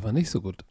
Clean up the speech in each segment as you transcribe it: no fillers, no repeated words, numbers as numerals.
war nicht so gut.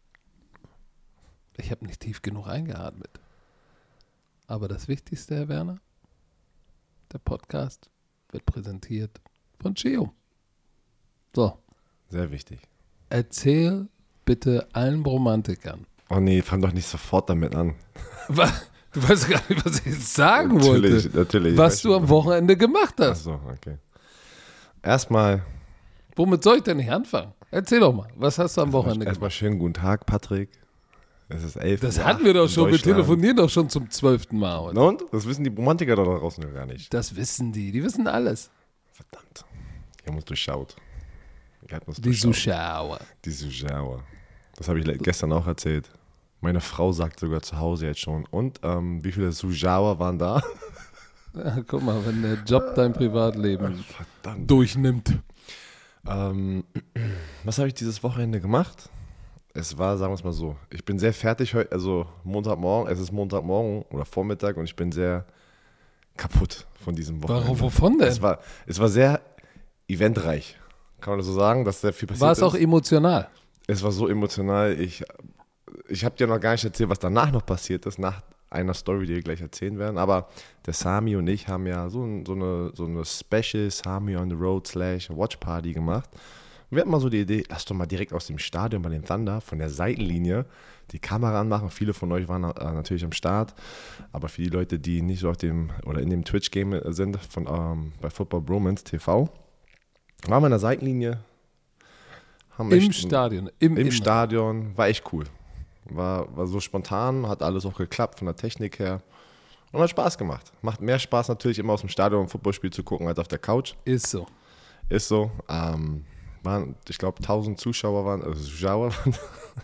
Ich habe nicht tief genug eingeatmet. Aber das Wichtigste, Herr Werner, der Podcast wird präsentiert von Chio. So. Sehr wichtig. Erzähl bitte allen Romantikern. Oh nee, fang doch nicht sofort damit an. Du weißt gar nicht, was ich jetzt sagen wollte. Natürlich. Was du am Wochenende gemacht hast. Achso, okay. Erstmal. Womit soll ich denn nicht anfangen? Erzähl doch mal, was hast du am Wochenende Erstmal gemacht? schönen guten Tag, Patrick. Es ist 11 Das Uhr hatten wir doch in schon, wir Deutschland. telefonieren doch schon zum 12. Mal heute. Na und? Das wissen die Romantiker da draußen noch gar nicht. Das wissen die wissen alles. Verdammt. Die haben uns durchschaut. Die Zuschauer. Die Zuschauer. Das habe ich gestern auch erzählt. Meine Frau sagt sogar zu Hause jetzt schon. Und wie viele Zuschauer waren da? Ja, guck mal, wenn der Job dein Privatleben Verdammt. durchnimmt. Was habe ich dieses Wochenende gemacht? Es war, sagen wir es mal so, ich bin sehr fertig heute, also Montagmorgen, es ist Montagmorgen oder Vormittag und ich bin sehr kaputt von diesem Wochenende. Warum, wovon denn? Es war sehr eventreich, kann man das so sagen, dass sehr viel passiert ist. War es auch emotional? Es war so emotional, ich habe dir noch gar nicht erzählt, was danach noch passiert ist, nach einer Story, die wir gleich erzählen werden, aber der Sami und ich haben ja so eine Special Sami on the Road / Watch Party gemacht. Und wir hatten mal so die Idee, lass doch mal direkt aus dem Stadion bei den Thunder von der Seitenlinie die Kamera anmachen. Viele von euch waren natürlich am Start, aber für die Leute, die nicht so auf dem oder in dem Twitch-Game sind, bei Football Bromance TV, waren wir an der Seitenlinie. Im Stadion. Im Stadion, war echt cool. War so spontan, hat alles auch geklappt von der Technik her und hat Spaß gemacht. Macht mehr Spaß natürlich immer aus dem Stadion ein Footballspiel zu gucken als auf der Couch. Ist so. Ich glaube 1000 Zuschauer waren, also Zuschauer waren.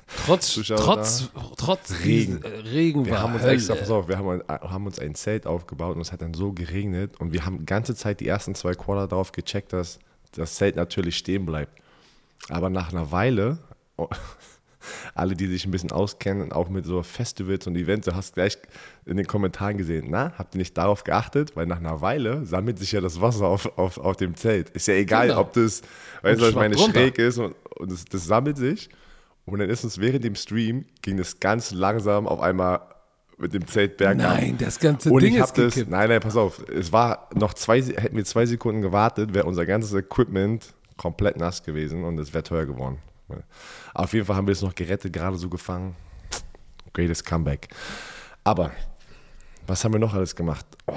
Trotz Regen wir war haben uns Hölle. extra, pass auf, wir haben uns ein Zelt aufgebaut und es hat dann so geregnet und wir haben die ganze Zeit die ersten 2 Quarter darauf gecheckt, dass das Zelt natürlich stehen bleibt. Aber nach einer Weile, alle, die sich ein bisschen auskennen, auch mit so Festivals und Events, du hast gleich in den Kommentaren gesehen, na, habt ihr nicht darauf geachtet? Weil nach einer Weile sammelt sich ja das Wasser auf dem Zelt. Ist ja egal, Genau. ob das, weißt du, was ich meine, drunter. schräg ist und das sammelt sich. Und dann ist uns während dem Stream, ging es ganz langsam auf einmal mit dem Zelt bergab. Nein, das ganze Und Ding ich ist habe das, gekippt. nein, pass auf, es war noch hätten wir 2 Sekunden gewartet, wäre unser ganzes Equipment komplett nass gewesen und es wäre teuer geworden. Auf jeden Fall haben wir es noch gerettet, gerade so gefangen. Greatest Comeback. Aber, was haben wir noch alles gemacht? Oh,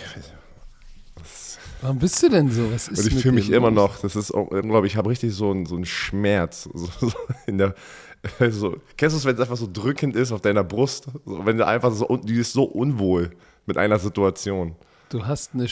Warum bist du denn so? Was ist und ich mit fühle dir mich immer los? noch, das ist, glaube ich, habe richtig so einen Schmerz. So in der, so, kennst du es, wenn es einfach so drückend ist auf deiner Brust? So, wenn du einfach so, die ist so unwohl mit einer Situation. Du hast du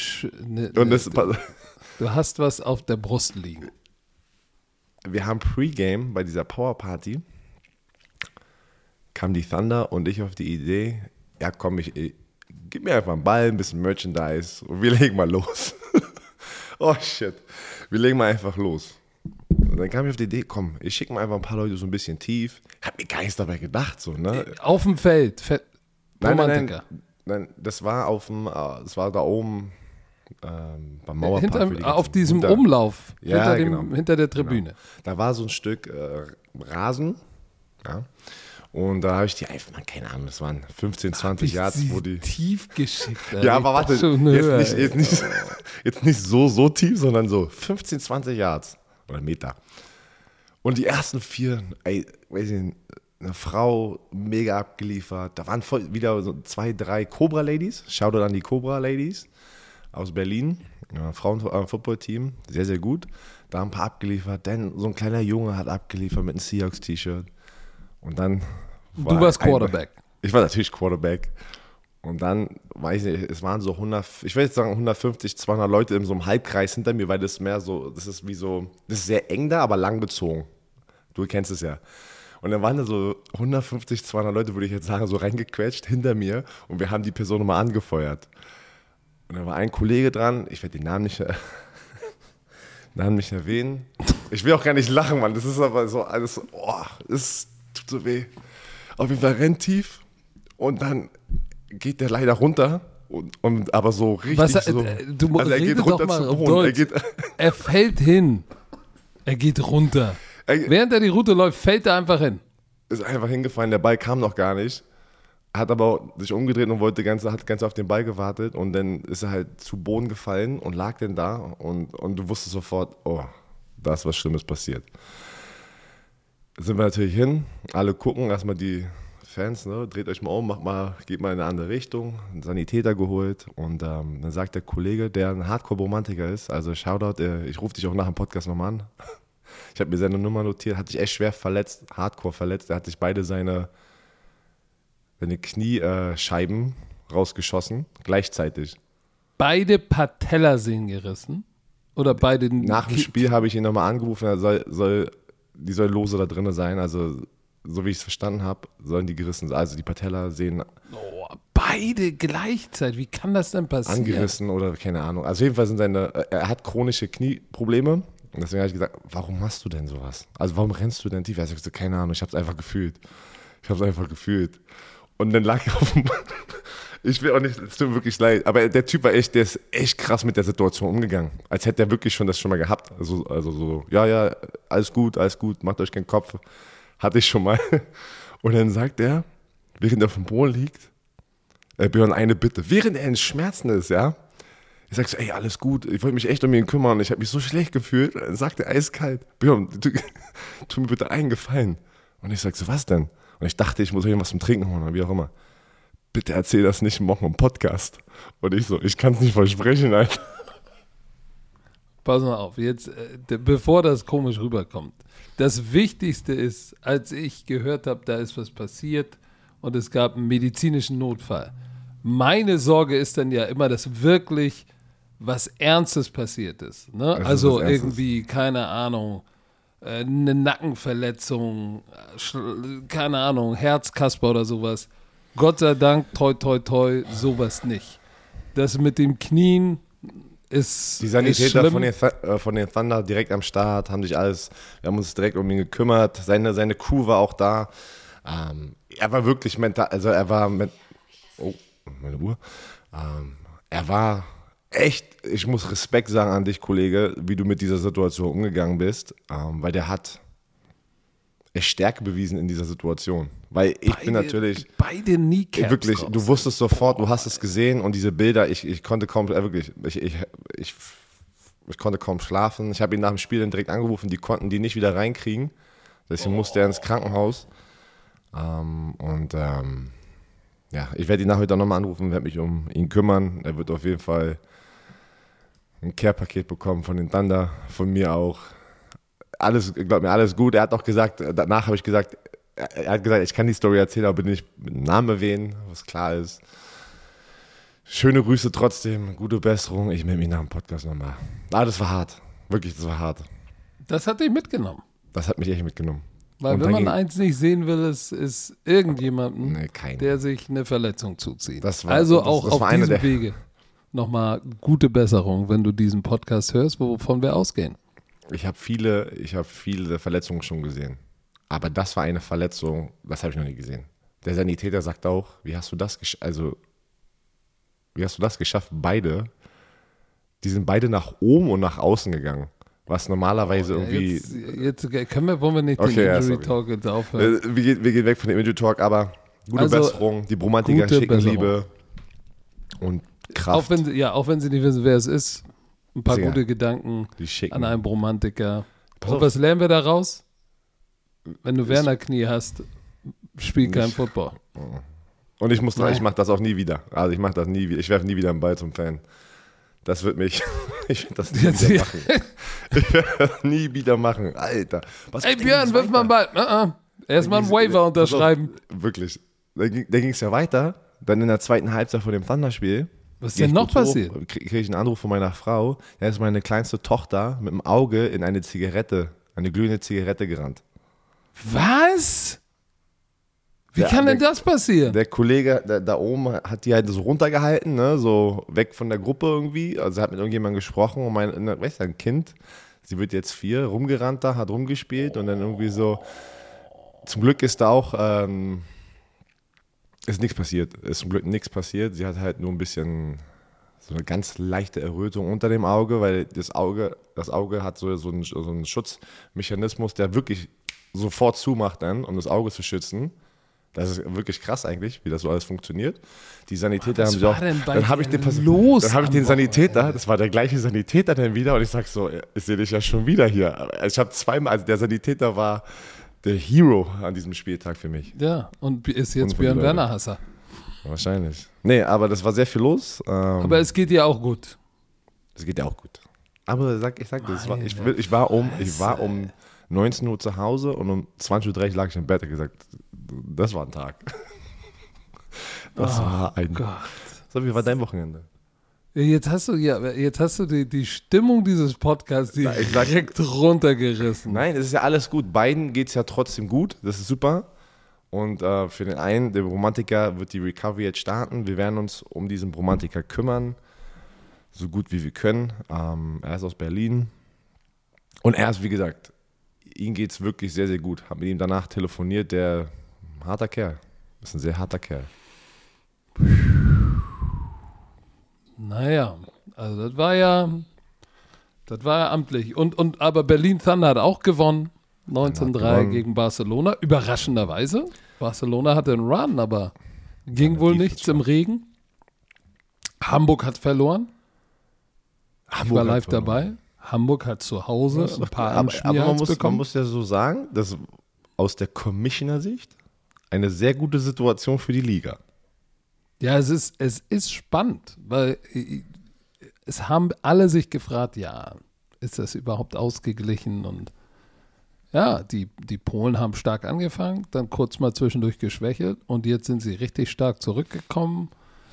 hast was auf der Brust liegen. Wir haben Pre-Game bei dieser Power-Party, kam die Thunder und ich auf die Idee, ja komm, gib mir einfach einen Ball, ein bisschen Merchandise und wir legen mal los. Oh shit, wir legen mal einfach los. Und dann kam ich auf die Idee, komm, ich schicke mal einfach ein paar Leute so ein bisschen tief. Hab mir gar nichts dabei gedacht, so, ne? Auf dem Feld. Romantiker. Nein, das war da oben beim Mauerpark. Auf diesem Umlauf, Ja, hinter der Tribüne. Genau. Da war so ein Stück Rasen, ja. Und da habe ich die einfach mal, keine Ahnung, das waren 15, 20 Yards, wo die. Tief geschickt. Ja, aber warte, jetzt nicht so tief, sondern so 15, 20 Yards oder Meter. Und die ersten 4, weiß ich nicht, eine Frau, mega abgeliefert. Da waren wieder so 2, 3 Cobra-Ladies. Shoutout an die Cobra-Ladies aus Berlin. Ja, Frauen-Football-Team, sehr, sehr gut. Da haben ein paar abgeliefert. Dann so ein kleiner Junge hat abgeliefert mit einem Seahawks-T-Shirt. Und dann Du warst Quarterback. Ich war natürlich Quarterback. Und dann, weiß ich nicht, es waren so 150, 200 Leute in so einem Halbkreis hinter mir, weil das mehr so, das ist sehr eng da, aber langgezogen. Du kennst es ja. Und dann waren da so 150, 200 Leute, würde ich jetzt sagen, so reingequetscht hinter mir und wir haben die Person nochmal angefeuert. Und da war ein Kollege dran, ich werde den Namen nicht erwähnen. Ich will auch gar nicht lachen, Mann, das ist aber so alles, es tut so weh. Auf jeden Fall rennt tief und dann geht der leider runter und aber so richtig du also er geht runter zum Boden. Er fällt hin. Er geht runter. Während er die Route läuft, fällt er einfach hin. Ist einfach hingefallen, der Ball kam noch gar nicht. Hat aber sich umgedreht und hat ganz auf den Ball gewartet und dann ist er halt zu Boden gefallen und lag dann da und du wusstest sofort, oh, da ist was Schlimmes passiert. Sind wir natürlich hin, alle gucken, erstmal die Fans, ne, dreht euch mal um, geht mal in eine andere Richtung, einen Sanitäter geholt und dann sagt der Kollege, der ein Hardcore-Romantiker ist, also Shoutout, ich rufe dich auch nach dem Podcast nochmal an. Ich habe mir seine Nummer notiert, hat sich echt schwer verletzt, Hardcore verletzt, er hat sich beide seine Kniescheiben rausgeschossen, gleichzeitig. Beide Patellasehnen gerissen? Oder beide... Nach dem Spiel habe ich ihn nochmal angerufen, die soll lose da drin sein, also so wie ich es verstanden habe, sollen die gerissen sein, also die Patellasehnen... Oh, beide gleichzeitig, wie kann das denn passieren? Angerissen oder keine Ahnung, also auf jeden Fall er hat chronische Knieprobleme und deswegen habe ich gesagt, warum machst du denn sowas? Also warum rennst du denn tief? Er hat gesagt, keine Ahnung, ich habe es einfach gefühlt. Und dann lag er auf dem ich will auch nicht, es tut mir wirklich leid, aber der Typ der ist echt krass mit der Situation umgegangen. Als hätte er wirklich das schon mal gehabt. Also so, ja, alles gut, macht euch keinen Kopf. Hatte ich schon mal. Und dann sagt er, während er auf dem Boden liegt, Björn, eine Bitte. Während er in Schmerzen ist, ja. Ich sag so, ey, alles gut, ich wollte mich echt um ihn kümmern. Ich habe mich so schlecht gefühlt. Dann sagt er eiskalt, Björn, tu mir bitte einen Gefallen. Und ich sag so, was denn? Und ich dachte, ich muss irgendwas zum Trinken holen oder wie auch immer. Bitte erzähl das nicht morgen im Podcast. Und ich so, ich kann es nicht versprechen, Alter. Pass mal auf, jetzt, bevor das komisch rüberkommt. Das Wichtigste ist, als ich gehört habe, da ist was passiert und es gab einen medizinischen Notfall. Meine Sorge ist dann ja immer, dass wirklich was Ernstes passiert ist. Ne? Also irgendwie, keine Ahnung, eine Nackenverletzung, keine Ahnung, Herzkasper oder sowas. Gott sei Dank, toi, toi, toi, sowas nicht. Das mit dem Knien ist die Sanitäter ist von den Thunder direkt am Start, wir haben uns direkt um ihn gekümmert, seine Crew war auch da. Er war wirklich mental, also er war meine Uhr. Er war echt, ich muss Respekt sagen an dich, Kollege, wie du mit dieser Situation umgegangen bist, weil der hat echt Stärke bewiesen in dieser Situation. Weil ich bin natürlich... Beide Kneecaps wirklich, raus. du wusstest sofort, du hast es gesehen und diese Bilder, ich konnte kaum, wirklich, ich konnte kaum schlafen. Ich habe ihn nach dem Spiel dann direkt angerufen, die konnten die nicht wieder reinkriegen. Deswegen musste er ins Krankenhaus. Ja, ich werde ihn nachher nochmal anrufen, werde mich um ihn kümmern. Er wird auf jeden Fall ein Care-Paket bekommen von den Thunder, von mir auch. Glaub mir, alles gut. Er hat auch gesagt, danach habe ich gesagt, er hat gesagt, ich kann die Story erzählen, aber bitte nicht mit dem Namen erwähnen, was klar ist. Schöne Grüße trotzdem, gute Besserung. Ich melde mich nach dem Podcast nochmal. Das war hart. Wirklich, das war hart. Das hat dich mitgenommen. Das hat mich echt mitgenommen. Weil wenn man eins nicht sehen will, ist irgendjemanden, der sich eine Verletzung zuzieht. Also auch auf diesem Wege nochmal gute Besserung, wenn du diesen Podcast hörst, wovon wir ausgehen. Ich habe viele Verletzungen schon gesehen. Aber das war eine Verletzung, das habe ich noch nie gesehen. Der Sanitäter sagt auch, wie hast du das geschafft? Beide, die sind beide nach oben und nach außen gegangen. Was normalerweise irgendwie... Jetzt wollen wir nicht den Injury Talk jetzt aufhören. Wir gehen weg von dem Injury Talk, aber gute Besserung, die Bromantiker schicken Liebe und Kraft. Auch wenn sie nicht wissen, wer es ist. Ein paar gute Gedanken an einen Bromantiker. Und was lernen wir daraus? Wenn du Werner-Knie hast, spiel kein Football. Und ich mache das auch nie wieder. Also ich mache das nie wieder. Ich werfe nie wieder einen Ball zum Fan. Das wird mich, ich werde das nie wieder machen. Ich werde das nie wieder machen. Alter. Ey Björn, wirf mal einen Ball. Erstmal einen Waiver unterschreiben. Wirklich. Da ging es ja weiter. Dann in der zweiten Halbzeit von dem Thunderspiel. Was ist denn noch passiert? Kriege ich einen Anruf von meiner Frau. Da ist meine kleinste Tochter mit dem Auge in eine glühende Zigarette gerannt. Was? Wie kann denn das passieren? Der Kollege da oben hat die halt so runtergehalten, ne, so weg von der Gruppe irgendwie. Also er hat mit irgendjemandem gesprochen und ein Kind, sie wird jetzt 4, rumgerannt da, hat rumgespielt und dann irgendwie so, zum Glück ist da auch, ist nichts passiert. Ist zum Glück nichts passiert. Sie hat halt nur ein bisschen so eine ganz leichte Errötung unter dem Auge, weil das Auge hat so einen Schutzmechanismus, der wirklich sofort zumacht dann, um das Auge zu schützen. Das ist wirklich krass eigentlich, wie das so alles funktioniert. Die Sanitäter haben sich auch. Dann habe ich den Sanitäter, das war der gleiche Sanitäter dann wieder und ich sag so, ich sehe dich ja schon wieder hier. Also ich habe zweimal, also der Sanitäter war der Hero an diesem Spieltag für mich. Ja, und ist jetzt Björn Werner-Hasser. Wahrscheinlich. Nee, aber das war sehr viel los. Aber es geht dir auch gut. Es geht ja auch gut. Aber ich sag das, ich war um 19 Uhr zu Hause und um 20.30 Uhr lag ich im Bett und gesagt, das war ein Tag. Das war ein. Gott. So, wie war dein Wochenende? Jetzt hast du die Stimmung dieses Podcasts direkt runtergerissen. Nein, es ist ja alles gut. Beiden geht es ja trotzdem gut. Das ist super. Und für den einen, der Romantiker, wird die Recovery jetzt starten. Wir werden uns um diesen Romantiker kümmern, so gut wie wir können. Er ist aus Berlin. Und er ist, wie gesagt, ihm geht es wirklich sehr, sehr gut. Habe mit ihm danach telefoniert. Der harter Kerl. Ist ein sehr harter Kerl. Naja, also das war ja amtlich. Aber Berlin Thunder hat auch gewonnen. 19:3 gegen Barcelona. Überraschenderweise. Barcelona hatte einen Run, aber ging wohl nichts im Regen. Hamburg hat verloren. Ich war live dabei. Hamburg hat zu Hause ein paar Anschmier bekommen. Man muss ja so sagen, dass aus der Commissioner-Sicht eine sehr gute Situation für die Liga. Ja, es ist spannend, weil es haben alle sich gefragt, ja, ist das überhaupt ausgeglichen? Und ja, die Polen haben stark angefangen, dann kurz mal zwischendurch geschwächelt und jetzt sind sie richtig stark zurückgekommen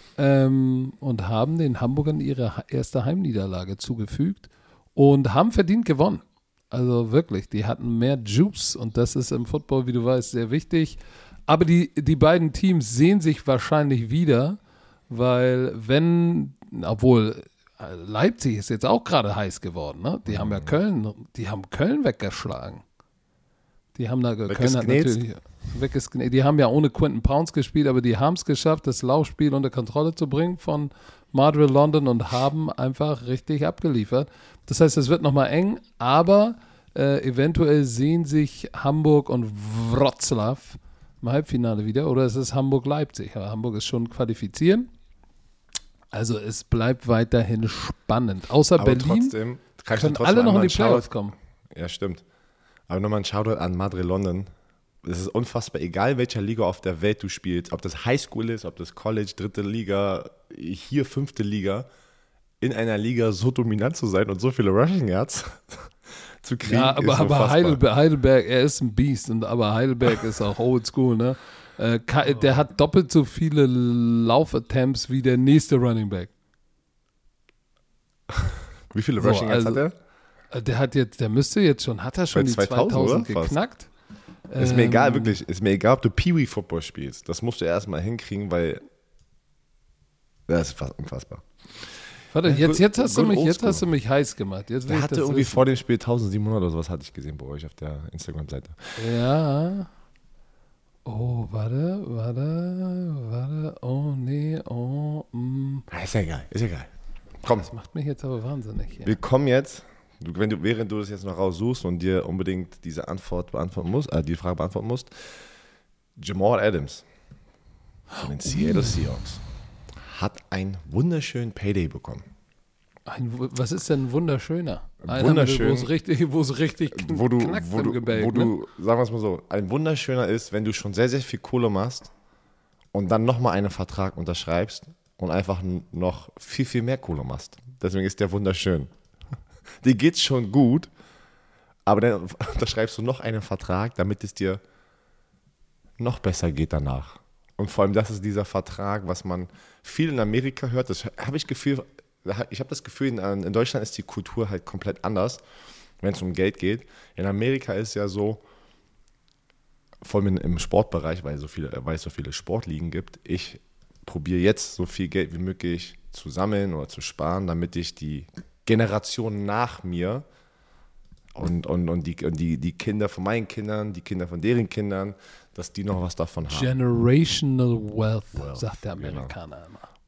und haben den Hamburgern ihre erste Heimniederlage zugefügt und haben verdient gewonnen. Also wirklich, die hatten mehr Juice und das ist im Football, wie du weißt, sehr wichtig. Aber die beiden Teams sehen sich wahrscheinlich wieder, weil obwohl Leipzig ist jetzt auch gerade heiß geworden, ne? Die haben ja Köln weggeschlagen. Die haben da Köln hat natürlich weggesnackt. Die haben ja ohne Quentin Pounds gespielt, aber die haben es geschafft, das Laufspiel unter Kontrolle zu bringen von Madrid London und haben einfach richtig abgeliefert. Das heißt, es wird nochmal eng, aber eventuell sehen sich Hamburg und Wroclaw im Halbfinale wieder oder es ist Hamburg-Leipzig. Aber Hamburg ist schon qualifizieren. Also es bleibt weiterhin spannend. Außer aber Berlin können alle noch in die Playoffs kommen. Ja, stimmt. Aber nochmal ein Shoutout an Madrid London. Es ist unfassbar, egal welcher Liga auf der Welt du spielst, ob das Highschool ist, ob das College, 3. Liga, hier 5. Liga, in einer Liga so dominant zu sein und so viele Rushing Yards zu kriegen. Ja, aber Heidelberg, er ist ein Biest, aber Heidelberg ist auch oldschool, ne? Der hat doppelt so viele Laufattempts wie der nächste Running Back. Wie viele Rushing Yards hat er? Der müsste jetzt schon, hat er schon die 2000 geknackt? Ist mir egal, wirklich. Ist mir egal, ob du Pee-Wee-Football spielst. Das musst du erstmal hinkriegen, weil das ist unfassbar. Warte, jetzt hast du mich heiß gemacht. Der hatte irgendwie vor dem Spiel 1700 oder sowas, hatte ich gesehen bei euch auf der Instagram-Seite. Ja. Oh, warte. Oh, nee, Ist ja egal. Komm. Das macht mich jetzt aber wahnsinnig. Ja. Wir kommen jetzt, während du das jetzt noch raussuchst und dir unbedingt diese die Frage beantworten musst, Jamal Adams von den Seattle Seahawks hat einen wunderschönen Payday bekommen. Was ist denn wunderschöner? Wunderschön. Wo es richtig knackt im Gebälk. Sagen wir es mal so, ein wunderschöner ist, wenn du schon sehr, sehr viel Kohle machst und dann nochmal einen Vertrag unterschreibst und einfach noch viel, viel mehr Kohle machst. Deswegen ist der wunderschön. Dir geht's schon gut, aber dann unterschreibst du noch einen Vertrag, damit es dir noch besser geht danach. Und vor allem, das ist dieser Vertrag, was man viel in Amerika hört. Das habe ich Gefühl. Ich habe das Gefühl, in Deutschland ist die Kultur halt komplett anders, wenn es um Geld geht. In Amerika ist ja so, vor allem im Sportbereich, weil es so viele Sportligen gibt, ich probiere jetzt so viel Geld wie möglich zu sammeln oder zu sparen, damit ich die Generation nach mir und die Kinder von meinen Kindern, die Kinder von deren Kindern, dass die noch was davon haben. Generational Wealth, sagt der Amerikaner immer.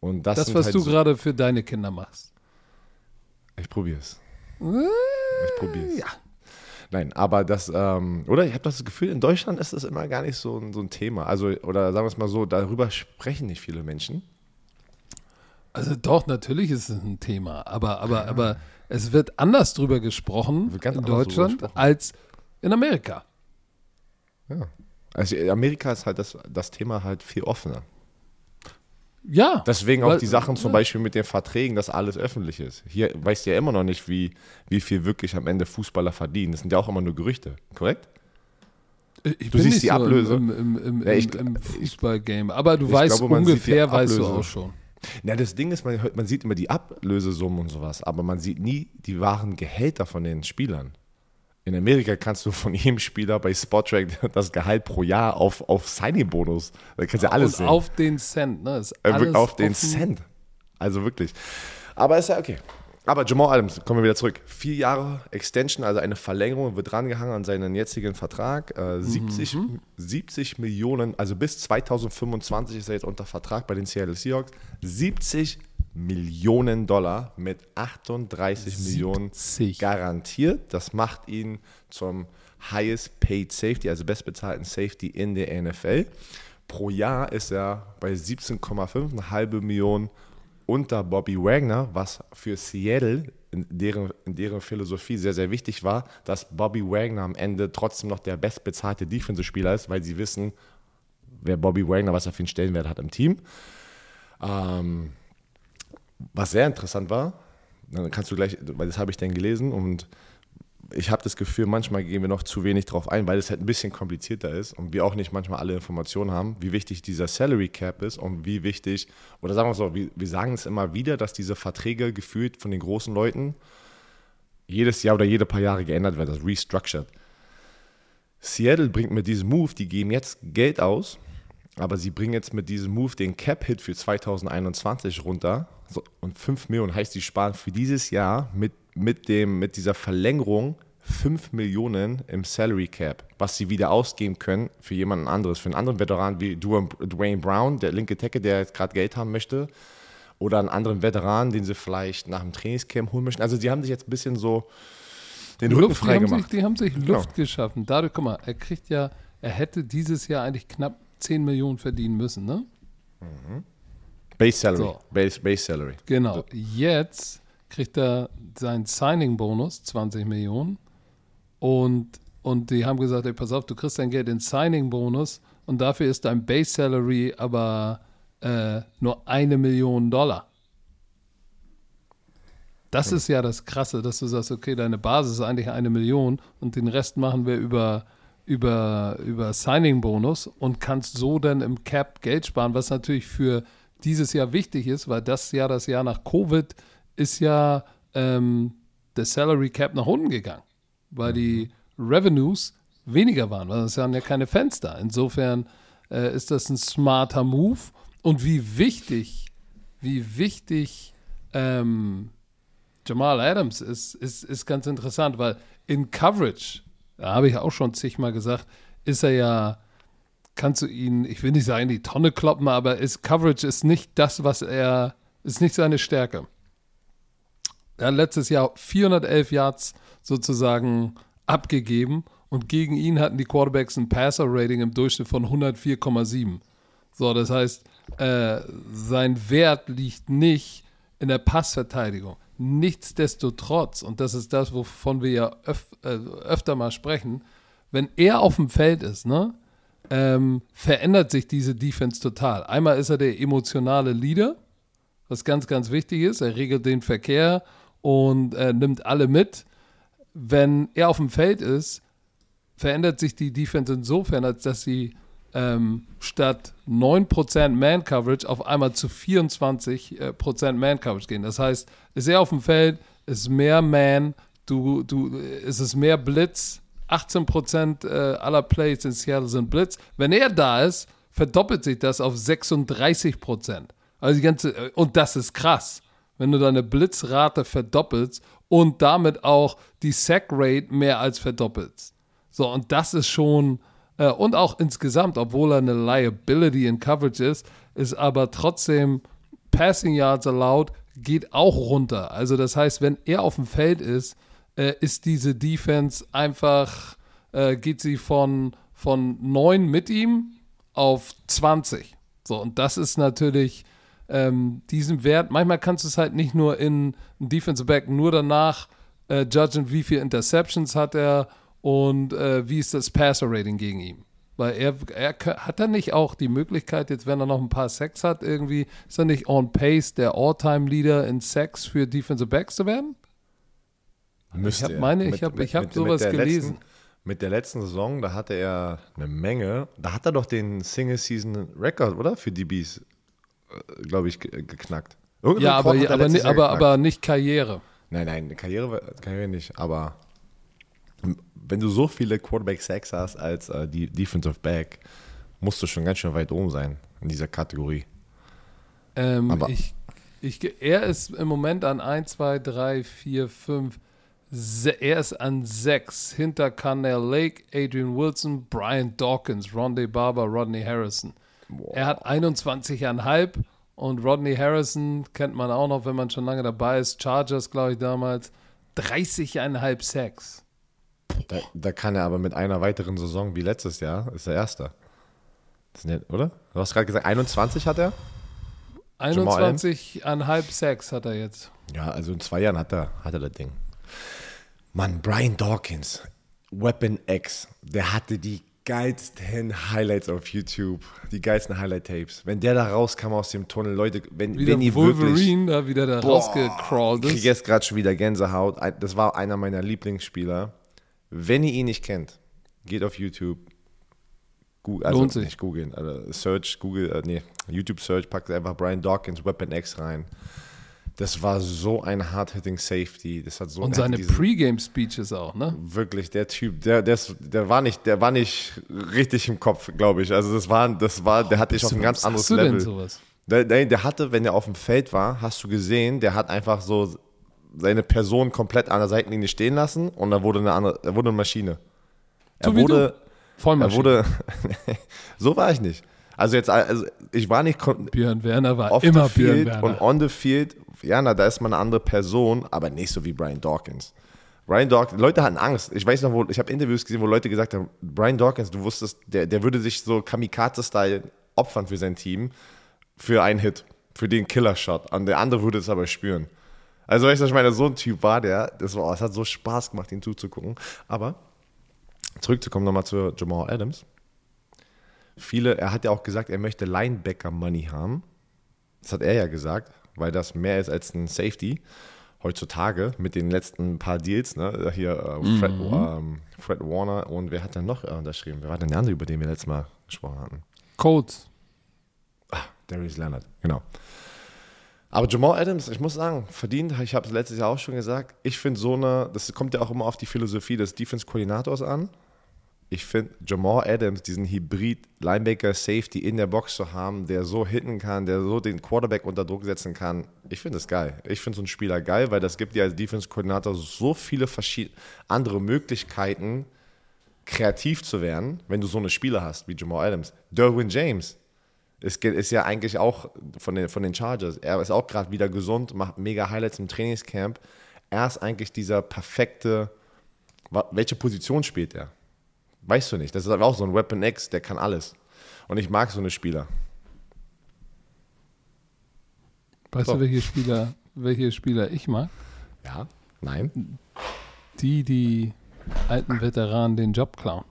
Und das Das, sind was halt du so, gerade für deine Kinder machst. ich probiere es. Ja. Nein, aber das, oder ich habe das Gefühl, in Deutschland ist das immer gar nicht so ein Thema. Also, oder sagen wir es mal so, darüber sprechen nicht viele Menschen. Also doch, natürlich ist es ein Thema, aber es wird anders drüber gesprochen Wird ganz in anders drüber Deutschland gesprochen. als in Amerika. Ja. Also Amerika ist halt das Thema halt viel offener. Ja. Deswegen auch weil- die Sachen zum Beispiel mit den Verträgen, dass alles öffentlich ist. Hier weißt du ja immer noch nicht, wie viel wirklich am Ende Fußballer verdienen. Das sind ja auch immer nur Gerüchte, korrekt? Ich Du bin siehst nicht die so Ablöse. im Ja, Fußballgame, aber du ich weißt glaube, man sieht die ungefähr, weißt du Ablöse. auch schon. Ja, das Ding ist, man sieht immer die Ablösesummen und sowas, aber man sieht nie die wahren Gehälter von den Spielern. In Amerika kannst du von jedem Spieler bei Spotrac das Gehalt pro Jahr auf Signing-Bonus. Da kannst du ja alles Und sehen. auf den Cent, ne? Ist Wirklich alles auf den offen. Cent. Also wirklich. Aber ist ja okay. Aber Jamal Adams, kommen wir wieder zurück. 4 Jahre Extension, also eine Verlängerung, wird drangehangen an seinen jetzigen Vertrag. 70 Millionen, also bis 2025 ist er jetzt unter Vertrag bei den Seattle Seahawks. 70 Millionen Dollar mit 38 Millionen 70. garantiert. Das macht ihn zum highest paid Safety, also bestbezahlten Safety in der NFL. Pro Jahr ist er bei 17,5, eine halbe Million unter Bobby Wagner, was für Seattle in deren Philosophie sehr, sehr wichtig war, dass Bobby Wagner am Ende trotzdem noch der bestbezahlte Defensive-Spieler ist, weil sie wissen, wer Bobby Wagner, was er für einen Stellenwert hat im Team. Was sehr interessant war, dann kannst du gleich, weil das habe ich dann gelesen und ich habe das Gefühl, manchmal gehen wir noch zu wenig drauf ein, weil es halt ein bisschen komplizierter ist und wir auch nicht manchmal alle Informationen haben, wie wichtig dieser Salary Cap ist und wie wichtig, oder sagen wir so, wir sagen es immer wieder, dass diese Verträge gefühlt von den großen Leuten jedes Jahr oder jede paar Jahre geändert werden, das restructured. Seattle bringt mit diesem Move, die geben jetzt Geld aus, aber sie bringen jetzt mit diesem Move den Cap-Hit für 2021 runter. So, und 5 Millionen heißt, sie sparen für dieses Jahr mit dieser Verlängerung 5 Millionen im Salary Cap, was sie wieder ausgeben können für jemanden anderes, für einen anderen Veteran wie Dwayne Brown, der linke Tackle, der jetzt gerade Geld haben möchte, oder einen anderen Veteran, den sie vielleicht nach dem Trainingscamp holen möchten. Also sie haben sich jetzt ein bisschen so den Rücken frei gemacht. Die haben sich Luft geschaffen. Dadurch, guck mal, er hätte dieses Jahr eigentlich knapp 10 Millionen verdienen müssen, ne? Base Salary. So. Base Salary. Genau. Jetzt kriegt er seinen Signing-Bonus, 20 Millionen. Und die haben gesagt, ey, pass auf, du kriegst dein Geld in Signing-Bonus und dafür ist dein Base Salary aber nur $1 Million. Das ist ja das Krasse, dass du sagst, okay, deine Basis ist eigentlich 1 Million und den Rest machen wir über Signing-Bonus und kannst so dann im Cap Geld sparen, was natürlich für dieses Jahr wichtig ist, weil das Jahr nach Covid ist ja der Salary Cap nach unten gegangen, weil die Revenues weniger waren, weil es waren ja keine Fans da. Insofern ist das ein smarter Move und wie wichtig Jamal Adams ist ganz interessant, weil in Coverage, da habe ich auch schon zigmal gesagt, ist er ja, kannst du ihn, ich will nicht sagen, in die Tonne kloppen, aber Coverage ist nicht das, ist nicht seine Stärke. Er hat letztes Jahr 411 Yards sozusagen abgegeben und gegen ihn hatten die Quarterbacks ein Passer-Rating im Durchschnitt von 104,7. So, das heißt, sein Wert liegt nicht in der Passverteidigung. Nichtsdestotrotz, und das ist das, wovon wir ja öfter mal sprechen, wenn er auf dem Feld ist, ne, verändert sich diese Defense total. Einmal ist er der emotionale Leader, was ganz, ganz wichtig ist. Er regelt den Verkehr und nimmt alle mit. Wenn er auf dem Feld ist, verändert sich die Defense insofern, als dass sie statt 9% Man-Coverage auf einmal zu 24% Man-Coverage gehen. Das heißt, ist er auf dem Feld, ist mehr Man, ist es mehr Blitz, 18% aller Plays in Seattle sind Blitz. Wenn er da ist, verdoppelt sich das auf 36%. Also und das ist krass, wenn du deine Blitzrate verdoppelst und damit auch die Sack-Rate mehr als verdoppelst. So, und das ist schon, und auch insgesamt, obwohl er eine Liability in Coverage ist aber trotzdem Passing Yards allowed geht auch runter. Also das heißt, wenn er auf dem Feld ist, ist diese Defense einfach, geht sie von 9 mit ihm auf 20. So, und das ist natürlich diesen Wert. Manchmal kannst du es halt nicht nur in Defensive Back nur danach judgen, wie viele Interceptions hat er und wie ist das Passer-Rating gegen ihn. Weil er hat er nicht auch die Möglichkeit, jetzt wenn er noch ein paar Sacks hat, irgendwie, ist er nicht on pace der All-Time-Leader in Sacks für Defensive Backs zu werden? Ich habe sowas gelesen. Mit der letzten Saison, da hatte er eine Menge, da hat er doch den Single-Season-Record, oder? Für DBs, glaube ich, geknackt. Ja, aber nicht Karriere. Nein, Karriere nicht, aber wenn du so viele Quarterback-Sacks hast als die Defensive Back, musst du schon ganz schön weit oben sein in dieser Kategorie. Aber er ist im Moment an 1, 2, 3, 4, 5, er ist an 6 hinter Connell Lake, Adrian Wilson, Brian Dawkins, Rondé Barber, Rodney Harrison. Wow. Er hat 21,5 und Rodney Harrison kennt man auch noch, wenn man schon lange dabei ist. Chargers, glaube ich, damals 30,5 Sacks. Da kann er aber mit einer weiteren Saison wie letztes Jahr, ist er Erster. Das ist nett, oder? Du hast gerade gesagt, 21 hat er? 21,5 Sacks hat er jetzt. Ja, also in 2 Jahren hat er das Ding. Mann, Brian Dawkins, Weapon X, der hatte die geilsten Highlights auf YouTube, die geilsten Highlight-Tapes. Wenn der da rauskam aus dem Tunnel, Leute, wenn ihr Wolverine da wieder da rausgecrawlt ist. Ich kriege jetzt gerade schon wieder Gänsehaut. Das war einer meiner Lieblingsspieler. Wenn ihr ihn nicht kennt, geht auf YouTube. Lohnt sich. Nicht googeln, also YouTube Search, packt einfach Brian Dawkins, Weapon X rein. Das war so ein hard-hitting Safety. Das hat so und seine Pre-Game-Speeches auch, ne? Wirklich, der Typ, der war nicht richtig im Kopf, glaube ich. Also der hatte ich auf ein ganz anderes Level. Was hast du denn sowas? Der hatte, wenn er auf dem Feld war, hast du gesehen, der hat einfach so seine Person komplett an der Seitenlinie stehen lassen und er wurde eine Maschine. Vollmaschine. So war ich nicht. Also ich war nicht Björn Werner war immer Björn Werner. Und on the field, ja, da ist man eine andere Person, aber nicht so wie Brian Dawkins. Leute hatten Angst. Ich weiß noch, ich habe Interviews gesehen, wo Leute gesagt haben, Brian Dawkins, du wusstest, der würde sich so Kamikaze-Style opfern für sein Team, für einen Hit, für den Killer-Shot. Und der andere würde es aber spüren. Also weißt du, ich meine, so ein Typ war der. Es hat so Spaß gemacht, ihn zuzugucken. Aber zurückzukommen nochmal zu Jamal Adams. Er hat ja auch gesagt, er möchte Linebacker-Money haben. Das hat er ja gesagt, weil das mehr ist als ein Safety heutzutage mit den letzten paar Deals. Ne? Hier Fred Warner und wer hat dann noch unterschrieben? Wer war denn der andere, über den wir letztes Mal gesprochen hatten? Colts. Darius Leonard, genau. Aber Jamal Adams, ich muss sagen, verdient, ich habe es letztes Jahr auch schon gesagt, ich finde das kommt ja auch immer auf die Philosophie des Defense-Koordinators an. Ich finde, Jamal Adams, diesen Hybrid-Linebacker-Safety in der Box zu haben, der so hitten kann, der so den Quarterback unter Druck setzen kann, ich finde das geil. Ich finde so einen Spieler geil, weil das gibt dir als Defense-Koordinator so viele andere Möglichkeiten, kreativ zu werden, wenn du so eine Spieler hast wie Jamal Adams. Derwin James ist ja eigentlich auch von den Chargers. Er ist auch gerade wieder gesund, macht mega Highlights im Trainingscamp. Er ist eigentlich dieser perfekte, welche Position spielt er? Weißt du nicht. Das ist aber auch so ein Weapon X, der kann alles. Und ich mag so eine Spieler. Weißt du, welche Spieler ich mag? Ja, nein. Die alten Veteranen den Job klauen.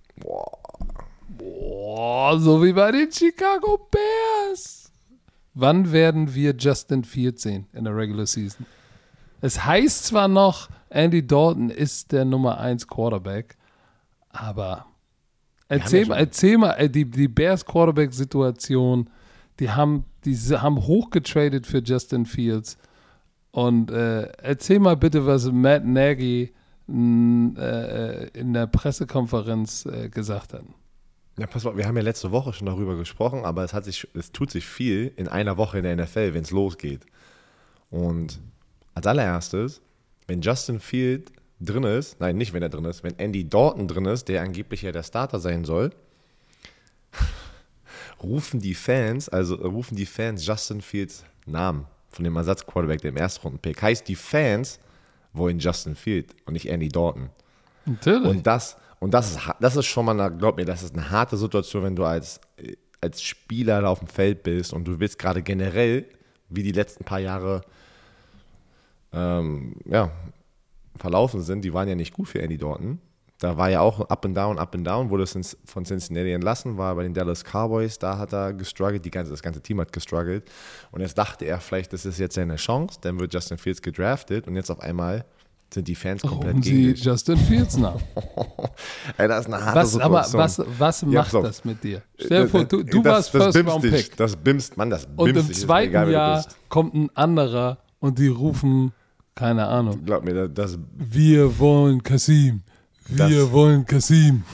Boah, so wie bei den Chicago Bears. Wann werden wir Justin Fields sehen in der Regular Season? Es heißt zwar noch, Andy Dalton ist der Nummer 1 Quarterback, aber erzähl mal, die Bears Quarterback-Situation, die haben hochgetradet für Justin Fields. Und erzähl mal bitte, was Matt Nagy in der Pressekonferenz gesagt hat. Ja, pass mal, wir haben ja letzte Woche schon darüber gesprochen, aber es tut sich viel in einer Woche in der NFL, wenn es losgeht. Und als allererstes, wenn Justin Fields drin ist, nein, nicht wenn er drin ist, wenn Andy Dalton drin ist, der angeblich ja der Starter sein soll, rufen die Fans Justin Fields Namen von dem Ersatzquarterback, dem Erstrunden-Pick. Heißt, die Fans wollen Justin Fields und nicht Andy Dalton. Natürlich. Und das ist schon mal, glaub mir, das ist eine harte Situation, wenn du als Spieler da auf dem Feld bist und du willst gerade generell, wie die letzten paar Jahre verlaufen sind, die waren ja nicht gut für Andy Dalton. Da war ja auch up and down, wurde von Cincinnati entlassen, war bei den Dallas Cowboys, da hat er gestruggelt, das ganze Team hat gestruggelt. Und jetzt dachte er, vielleicht das ist jetzt seine Chance, dann wird Justin Fields gedraftet und jetzt auf einmal sind die Fans komplett gegen dich. Justin Fields nach. Ey, das ist eine harte Situation. Aber was macht das mit dir? Stell dir vor, du warst First-Round-Pick. Das bimst. Und im zweiten Jahr kommt ein anderer und die rufen, keine Ahnung. Glaub mir, das wir wollen Kasim. Wir wollen Kasim.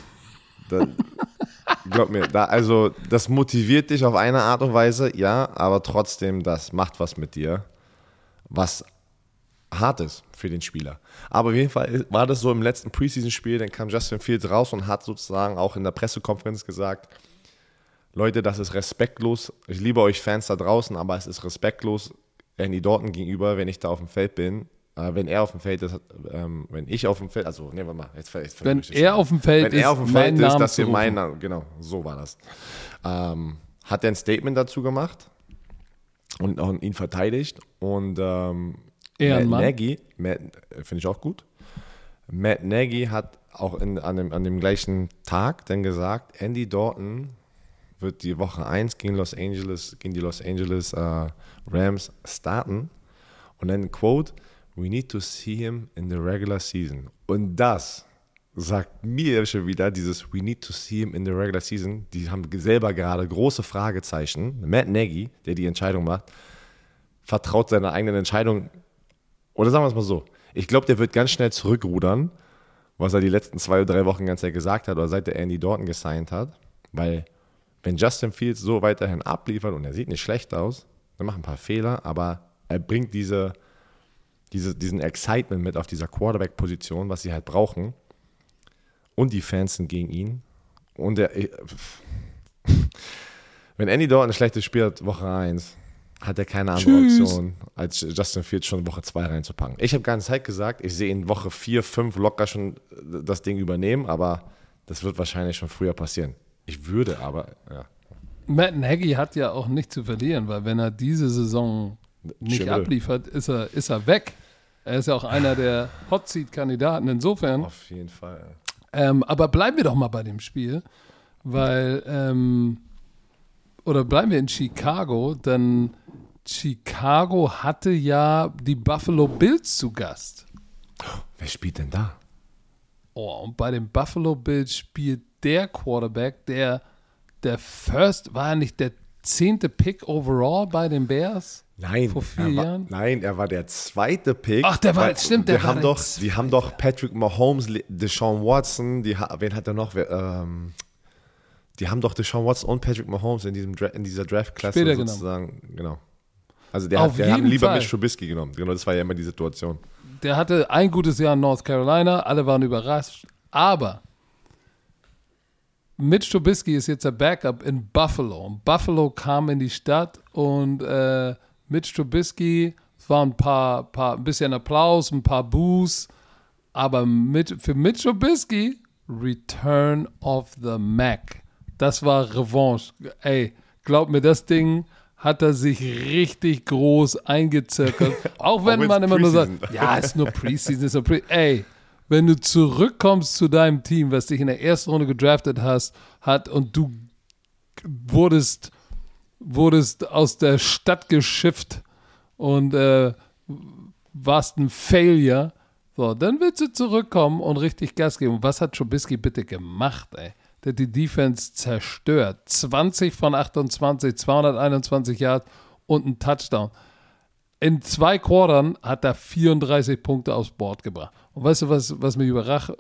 Glaub mir, das motiviert dich auf eine Art und Weise, ja, aber trotzdem, das macht was mit dir, was hart ist für den Spieler. Aber auf jeden Fall war das so im letzten Preseason-Spiel, dann kam Justin Fields raus und hat sozusagen auch in der Pressekonferenz gesagt, Leute, das ist respektlos, ich liebe euch Fans da draußen, aber es ist respektlos Andy Dalton gegenüber, wenn ich da auf dem Feld bin. Wenn er auf dem Feld ist, wenn ich auf dem Feld, also nehmen wir mal, wenn er auf dem Feld ist, dass wir meinen Namen, genau, so war das. Hat er ein Statement dazu gemacht und ihn verteidigt und Matt Nagy, finde ich auch gut. Matt Nagy hat auch an dem gleichen Tag dann gesagt, Andy Dalton wird die Woche 1 gegen die Los Angeles Rams starten und dann Quote, we need to see him in the regular season. Und das sagt mir schon wieder dieses we need to see him in the regular season. Die haben selber gerade große Fragezeichen. Matt Nagy, der die Entscheidung macht, vertraut seiner eigenen Entscheidung. Oder sagen wir es mal so. Ich glaube, der wird ganz schnell zurückrudern, was er die letzten 2 oder 3 Wochen ganz Zeit gesagt hat oder seit der Andy Dalton gesigned hat. Weil wenn Justin Fields so weiterhin abliefert und er sieht nicht schlecht aus, er macht ein paar Fehler, aber er bringt diesen Excitement mit auf dieser Quarterback-Position, was sie halt brauchen. Und die Fans sind gegen ihn. Und wenn Andy Dalton ein schlechtes Spiel hat, Woche 1, hat er keine andere Option, als Justin Fields schon Woche 2 reinzupacken. Ich habe ganze Zeit gesagt, ich sehe in Woche 4, 5 locker schon das Ding übernehmen, aber das wird wahrscheinlich schon früher passieren. Ich würde aber, ja. Matt Nagy hat ja auch nichts zu verlieren, weil wenn er diese Saison nicht abliefert, ist er weg. Er ist ja auch einer der Hot-Seat-Kandidaten. Insofern. Auf jeden Fall. Aber bleiben wir doch mal bei dem Spiel, weil, oder bleiben wir in Chicago, denn Chicago hatte ja die Buffalo Bills zu Gast. Wer spielt denn da? Oh, und bei den Buffalo Bills spielt der Quarterback, der war ja nicht der 10. Pick overall bei den Bears? Nein, vor 4 Jahren? Nein, er war der 2. Pick. Ach, stimmt, die haben doch Patrick Mahomes, Deshaun Watson, wen hat er noch? Die haben doch Deshaun Watson und Patrick Mahomes in dieser Draft-Klasse sozusagen. Genau. Also die haben lieber Mitch Trubisky genommen. Genau, das war ja immer die Situation. Der hatte ein gutes Jahr in North Carolina, alle waren überrascht, aber Mitch Trubisky ist jetzt der Backup in Buffalo. Und Buffalo kam in die Stadt und Mitch Trubisky, es war ein bisschen Applaus, ein paar Boos, aber für Mitch Trubisky, Return of the Mac. Das war Revanche. Ey, glaub mir, das Ding hat er sich richtig groß eingezirkelt. Auch wenn man immer nur sagt, ja, ist nur Preseason, Ey, wenn du zurückkommst zu deinem Team, was dich in der ersten Runde gedraftet hat und du wurdest aus der Stadt geschifft und warst ein Failure, so, dann willst du zurückkommen und richtig Gas geben. Und was hat Trubisky bitte gemacht, ey? Der hat die Defense zerstört. 20 von 28, 221 Yards und ein Touchdown. In 2 Quartern hat er 34 Punkte aufs Board gebracht. Und weißt du, was mich überrascht?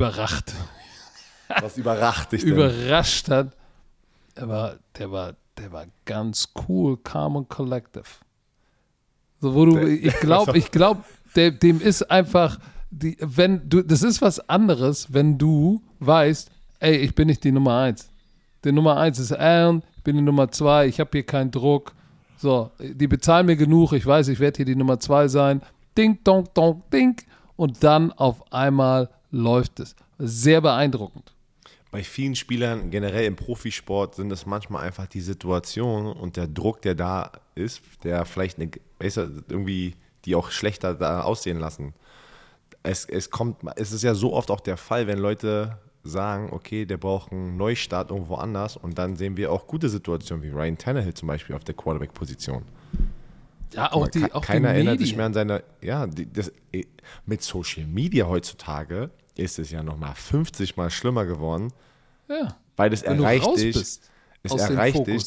Was überrascht dich denn? Überrascht hat, der war ganz cool, calm und collective. So, ich glaube, dem ist einfach, das ist was anderes, wenn du weißt, ey, ich bin nicht die Nummer 1. Die Nummer 1 ist Allen, ich bin die Nummer 2, ich habe hier keinen Druck. So, die bezahlen mir genug, ich weiß, ich werde hier die Nummer 2 sein. Ding, dong, dong, ding. Und dann auf einmal läuft es. Sehr beeindruckend. Bei vielen Spielern, generell im Profisport, sind es manchmal einfach die Situation und der Druck, der da ist, der vielleicht irgendwie die auch schlechter da aussehen lassen. Es ist ja so oft auch der Fall, wenn Leute sagen, okay, der braucht einen Neustart irgendwo anders und dann sehen wir auch gute Situationen wie Ryan Tannehill zum Beispiel auf der Quarterback-Position. Ja, auch Keiner die erinnert Medien. sich mehr an seine, mit Social Media heutzutage ist es ja nochmal 50 Mal schlimmer geworden, Ja. weil es Wenn du erreicht raus dich, bist es aus dem erreicht Fokus.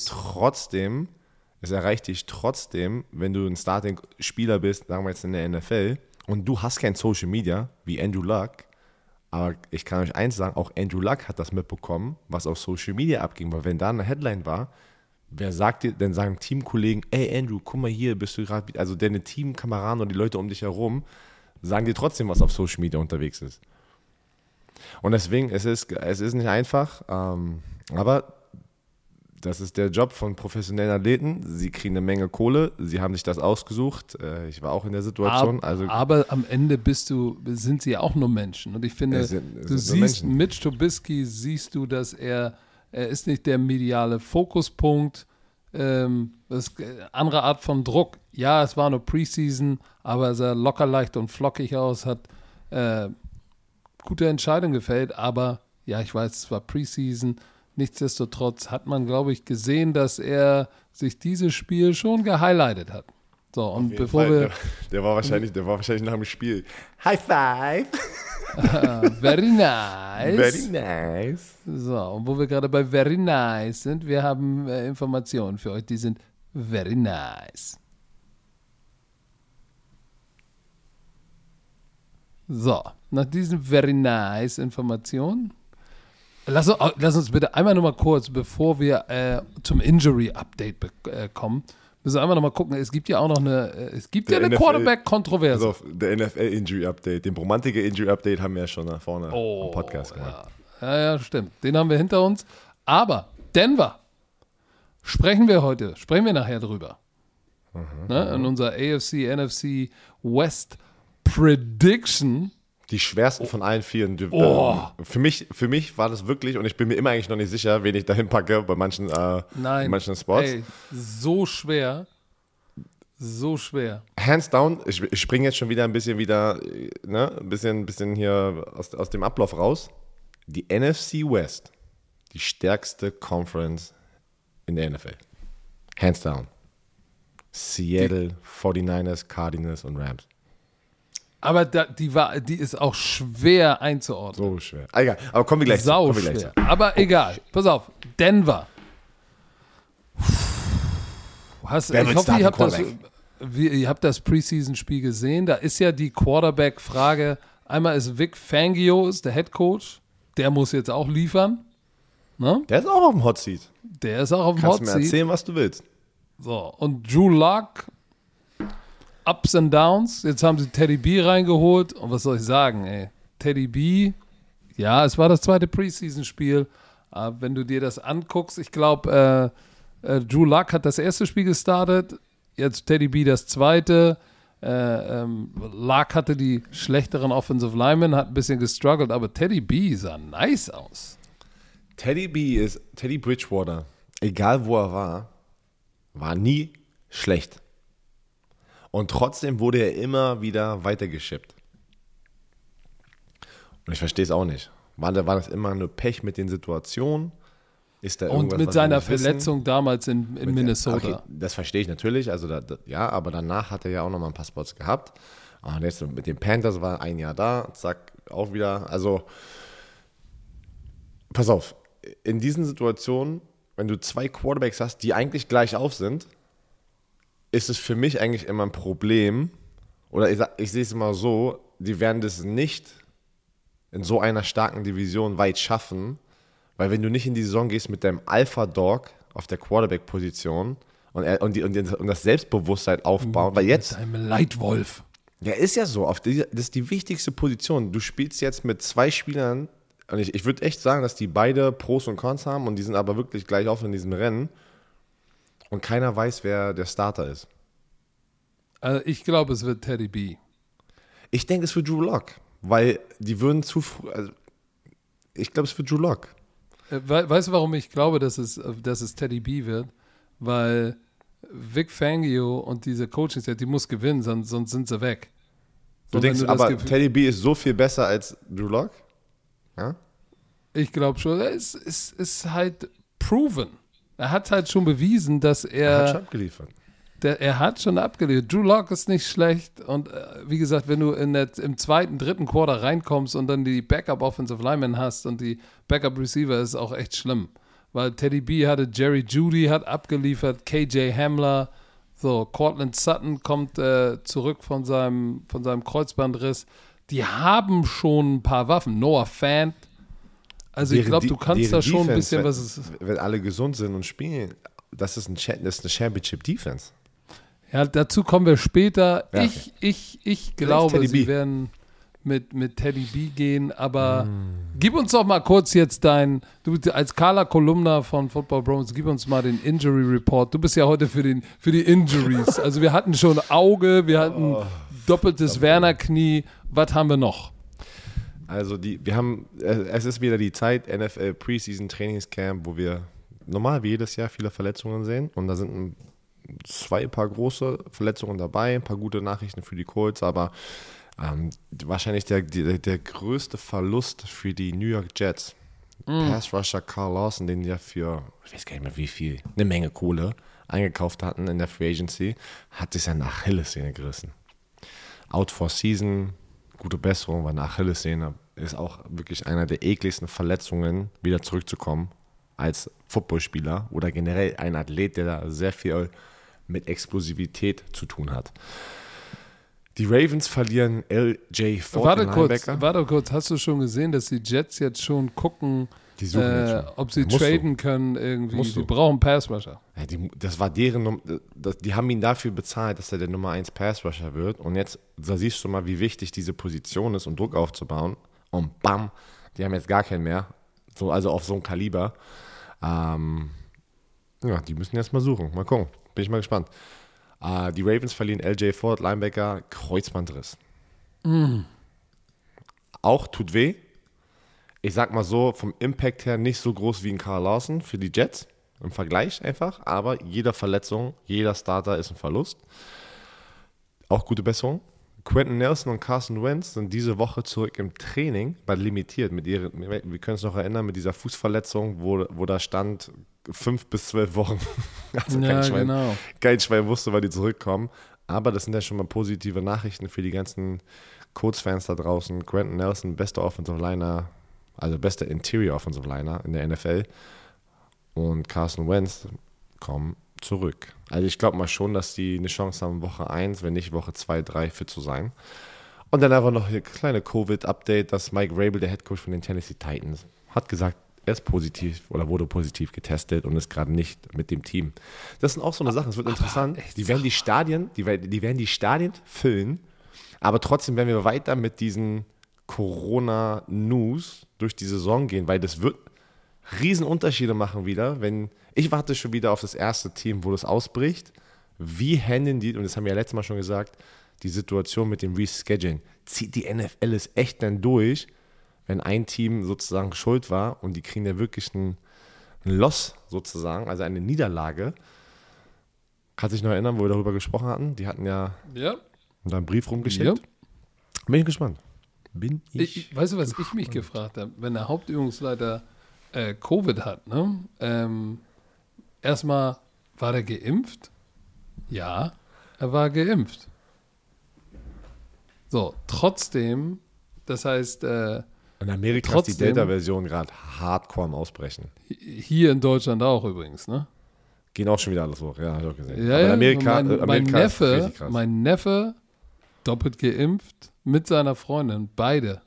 dich trotzdem, wenn du ein Starting-Spieler bist, sagen wir jetzt in der NFL, und du hast kein Social Media, wie Andrew Luck, aber ich kann euch eins sagen, auch Andrew Luck hat das mitbekommen, was auf Social Media abging, weil wenn da eine Headline war, wer sagt dir, dann sagen Teamkollegen, ey Andrew, guck mal hier, bist du gerade, also deine Teamkameraden und die Leute um dich herum, sagen dir trotzdem, was auf Social Media unterwegs ist. Und deswegen, es ist nicht einfach, aber das ist der Job von professionellen Athleten. Sie kriegen eine Menge Kohle, sie haben sich das ausgesucht. Ich war auch in der Situation. Aber am Ende sind sie ja auch nur Menschen. Und ich finde, du siehst, Mitch Trubisky, siehst du, dass er ist nicht der mediale Fokuspunkt. Das ist eine andere Art von Druck. Ja, es war nur Preseason, aber er sah locker, leicht und flockig aus, hat gute Entscheidung gefällt, aber ja, ich weiß, es war Preseason. Nichtsdestotrotz hat man, glaube ich, gesehen, dass er sich dieses Spiel schon gehighlightet hat. So, und bevor wir. Der war wahrscheinlich nach dem Spiel. High five! Very nice. Very nice. So, und wo wir gerade bei very nice sind, wir haben Informationen für euch, die sind very nice. So, nach diesen very nice Informationen, lass uns bitte einmal nochmal kurz, bevor wir zum Injury-Update kommen, müssen wir einmal nochmal gucken, es gibt ja auch noch eine Quarterback-Kontroverse. Also der NFL-Injury-Update, den Bromantiker-Injury-Update haben wir ja schon nach vorne im Podcast gemacht. Ja, stimmt. Den haben wir hinter uns. Aber Denver, sprechen wir nachher drüber. In unserer AFC, NFC West Prediction. Die schwersten von allen vier. Für mich war das wirklich, und ich bin mir immer eigentlich noch nicht sicher, wen ich dahin packe bei manchen Spots. Ey, so schwer. So schwer. Hands down, ich springe jetzt schon wieder ein bisschen hier aus dem Ablauf raus. Die NFC West, die stärkste Conference in der NFL. Hands down. Seattle, 49ers, Cardinals und Rams. Aber die ist auch schwer einzuordnen. So schwer. Egal, aber kommen wir gleich zu. Schwer. Aber egal, pass auf. Denver. Ich hoffe, ihr habt das Preseason-Spiel gesehen. Da ist ja die Quarterback-Frage. Einmal ist Vic Fangio, ist der Head Coach. Der muss jetzt auch liefern. Ne? Der ist auch auf dem Hot Seat. Kannst du mir erzählen, was du willst. So, und Drew Luck, Ups and Downs. Jetzt haben sie Teddy B reingeholt. Und was soll ich sagen, ey? Teddy B, ja, es war das zweite Preseason-Spiel. Aber wenn du dir das anguckst, ich glaube, Drew Luck hat das erste Spiel gestartet. Jetzt Teddy B das zweite. Luck hatte die schlechteren Offensive Linemen, hat ein bisschen gestruggelt, aber Teddy B sah nice aus. Teddy Bridgewater, egal wo er war nie schlecht. Und trotzdem wurde er immer wieder weitergeschippt. Und ich verstehe es auch nicht. War das immer nur Pech mit den Situationen? Ist da und mit seiner Verletzung damals in Minnesota. Okay, das verstehe ich natürlich. Also aber danach hat er ja auch noch mal ein paar Spots gehabt. Und jetzt mit den Panthers war ein Jahr da, zack, auch wieder. Also, pass auf, in diesen Situationen, wenn du zwei Quarterbacks hast, die eigentlich gleich auf sind, ist es für mich eigentlich immer ein Problem. Oder ich sehe es immer so, die werden das nicht in so einer starken Division weit schaffen, weil wenn du nicht in die Saison gehst mit deinem Alpha-Dog auf der Quarterback-Position und das Selbstbewusstsein aufbauen, weil jetzt... Mit einem Leitwolf. Ja, ist ja so. Das ist die wichtigste Position. Du spielst jetzt mit zwei Spielern und ich würde echt sagen, dass die beide Pros und Cons haben und die sind aber wirklich gleich auf in diesem Rennen. Und keiner weiß, wer der Starter ist. Also ich glaube, es wird Teddy B. Ich denke, es wird Drew Lock, weil die würden zu früh. Also ich glaube, es wird Drew Lock. Weißt du, warum ich glaube, dass es Teddy B wird? Weil Vic Fangio und diese Coaching-Staff, die muss gewinnen, sonst sind sie weg. Du denkst, aber Teddy B ist so viel besser als Drew Lock? Ja? Ich glaube schon. Es ist halt proven. Er hat halt schon bewiesen, dass Er hat schon abgeliefert. Er hat schon abgeliefert. Drew Lock ist nicht schlecht und wie gesagt, wenn du im zweiten, dritten Quarter reinkommst und dann die Backup Offensive Lineman hast und die Backup Receiver, ist auch echt schlimm. Weil Teddy B hatte, Jerry Jeudy hat abgeliefert, KJ Hamler, so, Cortland Sutton kommt zurück von seinem Kreuzbandriss. Die haben schon ein paar Waffen. Noah Fant. Also ich glaube, du kannst da schon ein bisschen was ist. Wenn alle gesund sind und spielen, das ist eine Championship Defense. Ja, dazu kommen wir später. Ja, okay. Ich glaube, sie werden mit Teddy B gehen, aber gib uns doch mal kurz jetzt du als Carla Kolumna von Football Bros, gib uns mal den Injury Report. Du bist ja heute für die Injuries. Also wir hatten schon Auge, wir hatten doppeltes Werner-Knie. Was haben wir noch? Also es ist wieder die Zeit, NFL Preseason Trainingscamp, wo wir normal wie jedes Jahr viele Verletzungen sehen und da sind ein paar große Verletzungen dabei, ein paar gute Nachrichten für die Colts, aber wahrscheinlich der größte Verlust für die New York Jets. Pass Rusher Carl Lawson, den ja für, ich weiß gar nicht mehr wie viel, eine Menge Kohle eingekauft hatten in der Free Agency, hat sich seine Achillessehne gerissen. Out for Season, gute Besserung, weil eine Achillessehne ist auch wirklich einer der ekligsten Verletzungen, wieder zurückzukommen als Footballspieler oder generell ein Athlet, der da sehr viel mit Explosivität zu tun hat. Die Ravens verlieren L.J. Ford, Warte kurz, hast du schon gesehen, dass die Jets jetzt schon gucken, ob sie traden können irgendwie? Die brauchen Pass-Rusher. Ja, das war die haben ihn dafür bezahlt, dass er der Nummer 1 Pass-Rusher wird und jetzt, da siehst du mal, wie wichtig diese Position ist, um Druck aufzubauen und bam, die haben jetzt gar keinen mehr, also auf so einem Kaliber. Ja, die müssen jetzt mal suchen, mal gucken, bin ich mal gespannt. Die Ravens verlieren L.J. Ford, Linebacker, Kreuzbandriss. Auch tut weh. Ich sag mal so, vom Impact her nicht so groß wie ein Carl Lawson für die Jets. Im Vergleich einfach. Aber jede Verletzung, jeder Starter ist ein Verlust. Auch gute Besserung. Quentin Nelson und Carson Wentz sind diese Woche zurück im Training, bei limitiert. Wir können uns noch erinnern, mit dieser Fußverletzung, wo da stand 5 bis 12 Wochen. Also ja, kein Schwein wusste, wann die zurückkommen. Aber das sind ja schon mal positive Nachrichten für die ganzen Colts-Fans da draußen. Quentin Nelson, bester Offensive Liner, also bester Interior Offensive Liner in der NFL. Und Carson Wentz kommen zurück. Also ich glaube mal schon, dass die eine Chance haben, Woche 1, wenn nicht Woche 2, 3 fit zu sein. Und dann einfach noch eine kleine Covid-Update, dass Mike Vrabel, der Headcoach von den Tennessee Titans, hat gesagt, er ist positiv oder wurde positiv getestet und ist gerade nicht mit dem Team. Das sind auch so eine Sache, es wird interessant. Die werden die Stadien füllen, aber trotzdem werden wir weiter mit diesen Corona-News durch die Saison gehen, weil das wird Riesenunterschiede machen wieder, ich warte schon wieder auf das erste Team, wo das ausbricht. Wie handeln die, und das haben wir ja letztes Mal schon gesagt, die Situation mit dem Rescheduling. Zieht die NFL es echt dann durch, wenn ein Team sozusagen schuld war und die kriegen ja wirklich ein Loss sozusagen, also eine Niederlage. Kannst du dich noch erinnern, wo wir darüber gesprochen hatten? Die hatten ja einen Brief rumgeschickt. Ja. Bin ich gespannt. Weißt du, was ich mich gefragt habe? Wenn der Hauptübungsleiter Covid hat, ne? Erstmal, war der geimpft? Ja, er war geimpft. So, trotzdem, das heißt, in Amerika ist die Delta-Version gerade hardcore am Ausbrechen. Hier in Deutschland auch übrigens, ne? Gehen auch schon wieder alles hoch, ja, habe ich auch gesehen. Ja, aber in Amerika, ist richtig krass. Mein Neffe, doppelt geimpft, mit seiner Freundin, beide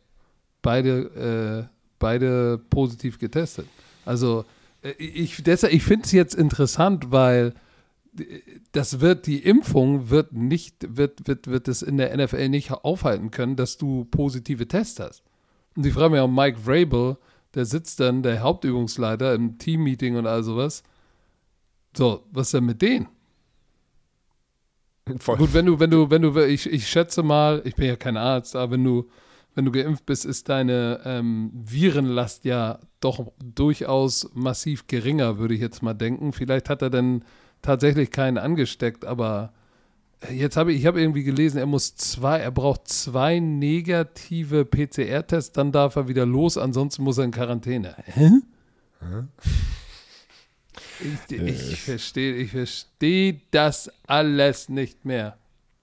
positiv getestet. Also ich finde es jetzt interessant, weil die Impfung wird es in der NFL nicht aufhalten können, dass du positive Tests hast. Und ich frage mich auch, Mike Vrabel, der sitzt dann, der Hauptübungsleiter im Teammeeting und all sowas, So, was ist denn mit denen? Voll. Gut, ich schätze mal, ich bin ja kein Arzt, aber wenn du geimpft bist, ist deine Virenlast ja doch durchaus massiv geringer, würde ich jetzt mal denken. Vielleicht hat er dann tatsächlich keinen angesteckt, aber ich habe irgendwie gelesen, er braucht 2 negative PCR-Tests, dann darf er wieder los, ansonsten muss er in Quarantäne. Hä? Ich verstehe das alles nicht mehr.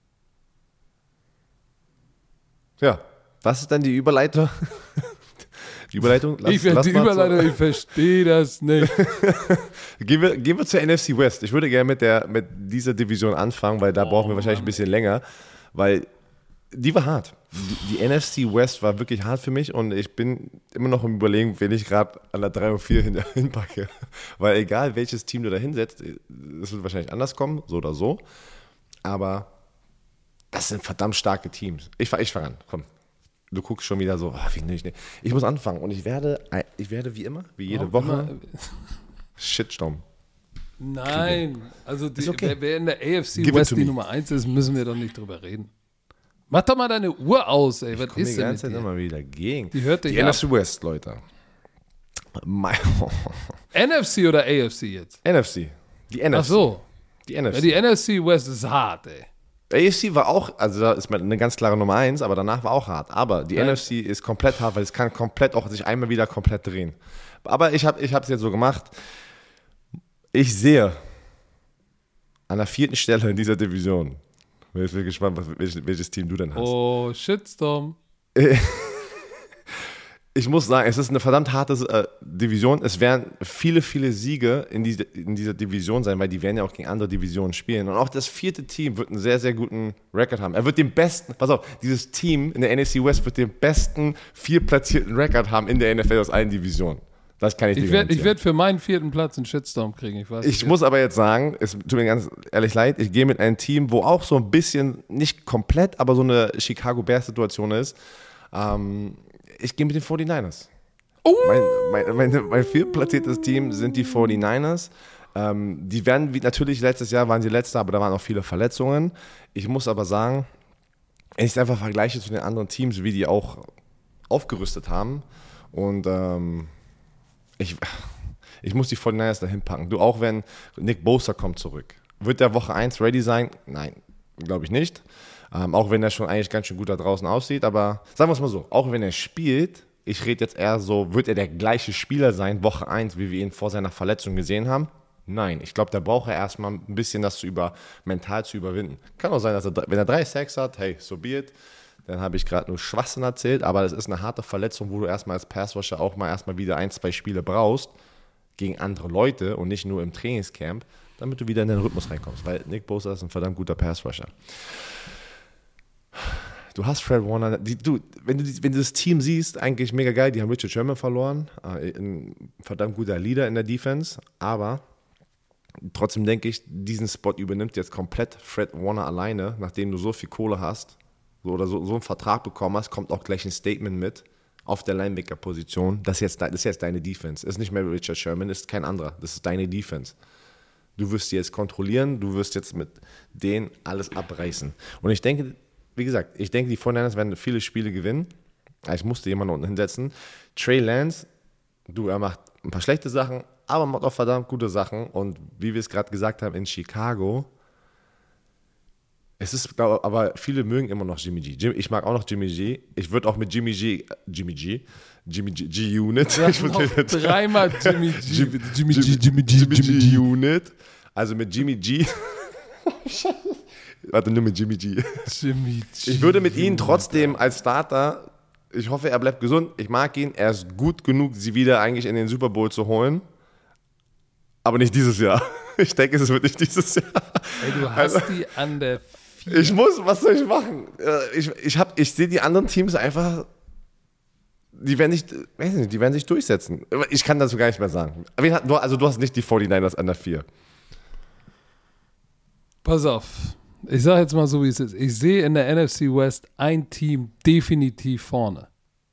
Ja, was ist dann die Überleitung? Die Überleitung? Ich verstehe das nicht. Gehen wir zur NFC West. Ich würde gerne mit dieser Division anfangen, weil da brauchen wir wahrscheinlich ein bisschen länger, weil die war hart. Die NFC West war wirklich hart für mich und ich bin immer noch im Überlegen, wen ich gerade an der 3 und 4 hinpacke. Weil egal, welches Team du da hinsetzt, es wird wahrscheinlich anders kommen, so oder so. Aber das sind verdammt starke Teams. Ich fange an, komm. Du guckst schon wieder so, wie nicht. Ich muss anfangen und ich werde wie immer, wie jede Woche, Shitstorm. Nein, also okay. wer in der AFC West die Nummer 1 ist, müssen wir doch nicht drüber reden. Mach doch mal deine Uhr aus, ey. Was ist denn die ganze mit Zeit dir? immer wieder gegen. Die hört dich Die ab. NFC West, Leute. NFC oder AFC jetzt? NFC. Die NFC. Ach so. Die NFC. Ja, die NFC West ist hart, ey. AFC war auch, also da ist eine ganz klare Nummer 1, aber danach war auch hart. Aber die NFC ist komplett hart, weil es kann komplett auch sich einmal wieder komplett drehen. Aber ich habe es jetzt so gemacht. Ich sehe an der 4. Stelle in dieser Division. Ich bin gespannt, welches Team du denn hast. Oh, Shitstorm. Ich muss sagen, es ist eine verdammt harte Division. Es werden viele, viele Siege in dieser Division sein, weil die werden ja auch gegen andere Divisionen spielen. Und auch das 4. Team wird einen sehr, sehr guten Rekord haben. Er wird den besten, pass auf, dieses Team in der NFC West wird den besten 4 platzierten Rekord haben in der NFL aus allen Divisionen. Das kann ich dir garantieren. Ich werd für meinen 4. Platz einen Shitstorm kriegen. Ich muss aber jetzt sagen, es tut mir ganz ehrlich leid, ich gehe mit einem Team, wo auch so ein bisschen, nicht komplett, aber so eine Chicago Bears-Situation ist. Ich gehe mit den 49ers. Mein 4. platziertes Team sind die 49ers. Die werden, natürlich letztes Jahr waren sie Letzter, aber da waren auch viele Verletzungen. Ich muss aber sagen, wenn ich es einfach vergleiche zu den anderen Teams, wie die auch aufgerüstet haben und ich muss die 49ers dahin packen. Du, auch wenn Nick Bosa kommt zurück. Wird der Woche 1 ready sein? Nein, glaube ich nicht. Auch wenn er schon eigentlich ganz schön gut da draußen aussieht. Aber sagen wir es mal so, auch wenn er spielt, ich rede jetzt eher so, wird er der gleiche Spieler sein, Woche 1, wie wir ihn vor seiner Verletzung gesehen haben? Nein, ich glaube, da braucht er erstmal ein bisschen das mental zu überwinden. Kann auch sein, dass wenn er 3 Sacks hat, hey, so be it. Dann habe ich gerade nur Schwachsinn erzählt, aber das ist eine harte Verletzung, wo du erstmal als Passrusher auch mal erstmal wieder 1, 2 Spiele brauchst gegen andere Leute und nicht nur im Trainingscamp, damit du wieder in den Rhythmus reinkommst, weil Nick Bosa ist ein verdammt guter Passrusher. Du hast Fred Warner, wenn du das Team siehst, eigentlich mega geil, die haben Richard Sherman verloren, ein verdammt guter Leader in der Defense, aber trotzdem denke ich, diesen Spot übernimmt jetzt komplett Fred Warner alleine, nachdem du so viel Kohle hast, oder so einen Vertrag bekommen hast, kommt auch gleich ein Statement mit auf der Linebacker-Position. Das ist jetzt deine Defense. Ist nicht mehr Richard Sherman, ist kein anderer. Das ist deine Defense. Du wirst die jetzt kontrollieren, du wirst jetzt mit denen alles abreißen. Und ich denke, wie gesagt, die 49ers werden viele Spiele gewinnen. Ich musste jemanden unten hinsetzen. Trey Lance, er macht ein paar schlechte Sachen, aber macht auch verdammt gute Sachen. Und wie wir es gerade gesagt haben, in Chicago, es ist, aber viele mögen immer noch Jimmy G. Ich mag auch noch Jimmy G. Ich würde auch mit Jimmy G Unit. Dreimal Jimmy G Unit. Also mit Jimmy G. Warte, nur mit Jimmy G. Ich würde mit ihm trotzdem als Starter, ich hoffe, er bleibt gesund. Ich mag ihn. Er ist gut genug, sie wieder eigentlich in den Super Bowl zu holen. Aber nicht dieses Jahr. Ich denke, es wird nicht dieses Jahr. Ey, du hast die an der 4. Was soll ich machen? Ich sehe die anderen Teams einfach, die werden sich durchsetzen. Ich kann dazu gar nicht mehr sagen. Also du hast nicht die 49ers an der 4. Pass auf. Ich sage jetzt mal so, wie es ist. Ich sehe in der NFC West ein Team definitiv vorne.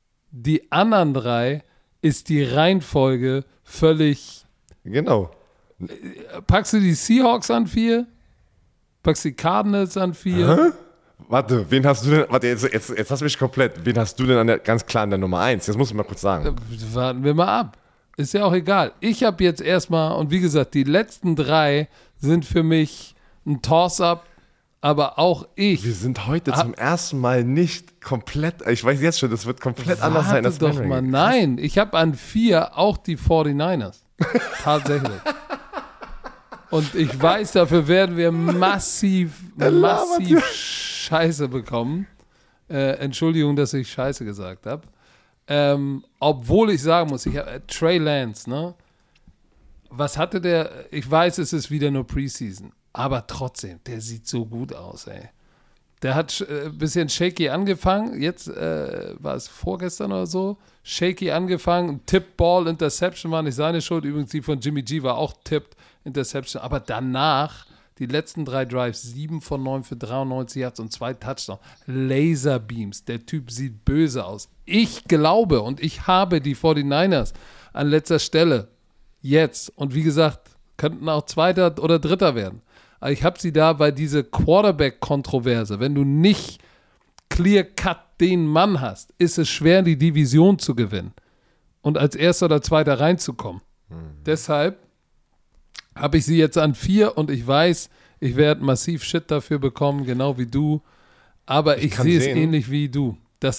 Die anderen 3 ist die Reihenfolge völlig genau Packst du die Seahawks an 4? Packst du die Cardinals an 4? Warte, wen hast du denn, jetzt hast du mich komplett, wen hast du denn ganz klar an der Nummer 1? Das muss ich mal kurz sagen. Warten wir mal ab. Ist ja auch egal. Ich habe jetzt erstmal, und wie gesagt, die letzten 3 sind für mich ein Toss-up, aber auch ich. Wir sind heute zum ersten Mal nicht komplett, ich weiß jetzt schon, das wird komplett anders sein als doch mal. Nein, ich habe an 4 auch die 49ers. Tatsächlich. Und ich weiß, dafür werden wir massiv Scheiße bekommen. Entschuldigung, dass ich Scheiße gesagt habe. Obwohl ich sagen muss, ich habe Trey Lance, ne? Was hatte der? Ich weiß, es ist wieder nur Preseason, aber trotzdem, der sieht so gut aus, ey. Der hat ein bisschen shaky angefangen, jetzt war es vorgestern oder so, shaky angefangen, Tip-Ball, Interception war nicht seine Schuld, übrigens die von Jimmy G war auch Tipped, Interception, aber danach die letzten 3 Drives, 7 von 9 für 93 Yards und 2 Touchdowns. Laserbeams. Der Typ sieht böse aus. Ich glaube und ich habe die 49ers an letzter Stelle jetzt. Und wie gesagt, könnten auch Zweiter oder Dritter werden. Aber ich habe sie da, weil diese Quarterback-Kontroverse, wenn du nicht clear-cut den Mann hast, ist es schwer, die Division zu gewinnen und als Erster oder Zweiter reinzukommen. Deshalb habe ich sie jetzt an 4 und ich weiß, ich werde massiv Shit dafür bekommen, genau wie du. Aber ich sehe es ähnlich wie du. Dass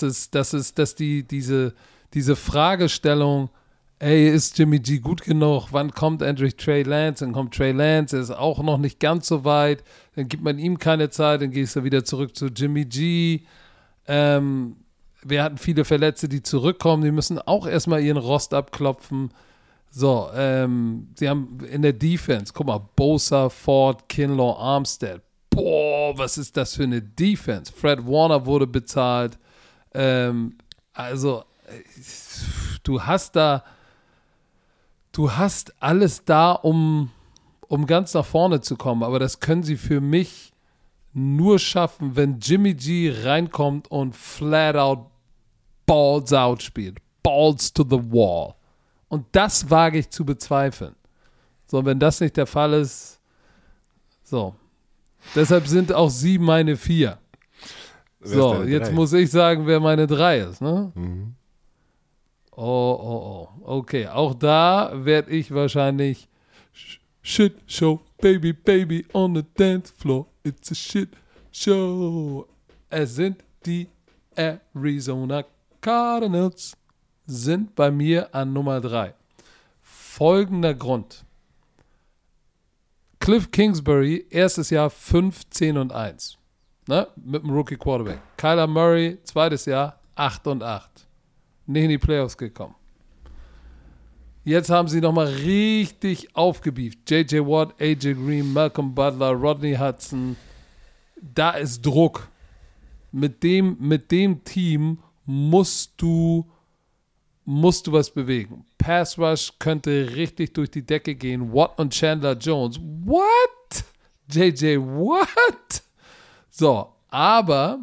diese Fragestellung, ey, ist Jimmy G gut genug? Wann kommt endlich Trey Lance? Dann kommt Trey Lance, er ist auch noch nicht ganz so weit. Dann gibt man ihm keine Zeit, dann gehst du wieder zurück zu Jimmy G. Wir hatten viele Verletzte, die zurückkommen, die müssen auch erstmal ihren Rost abklopfen. So, sie haben in der Defense, guck mal, Bosa, Ford, Kinlaw, Armstead. Boah, was ist das für eine Defense? Fred Warner wurde bezahlt. Also, du hast alles da, um ganz nach vorne zu kommen. Aber das können sie für mich nur schaffen, wenn Jimmy G reinkommt und flat out Balls out spielt. Balls to the wall. Und das wage ich zu bezweifeln. So, wenn das nicht der Fall ist, so. Deshalb sind auch sie meine 4. So, jetzt muss ich sagen, wer meine 3 ist, ne? Mhm. Oh. Okay, auch da werde ich wahrscheinlich Shit Show, baby, on the dance floor. It's a shit show. Es sind die Arizona Cardinals. Sind bei mir an Nummer 3. Folgender Grund. Cliff Kingsbury, erstes Jahr 5-10-1. Ne? Mit dem Rookie Quarterback. Kyler Murray, zweites Jahr 8-8. Nicht in die Playoffs gekommen. Jetzt haben sie nochmal richtig aufgebieft. J.J. Watt, A.J. Green, Malcolm Butler, Rodney Hudson. Da ist Druck. Mit dem Team musst du was bewegen. Pass Rush könnte richtig durch die Decke gehen. Watt und Chandler Jones. What? JJ, what? So, aber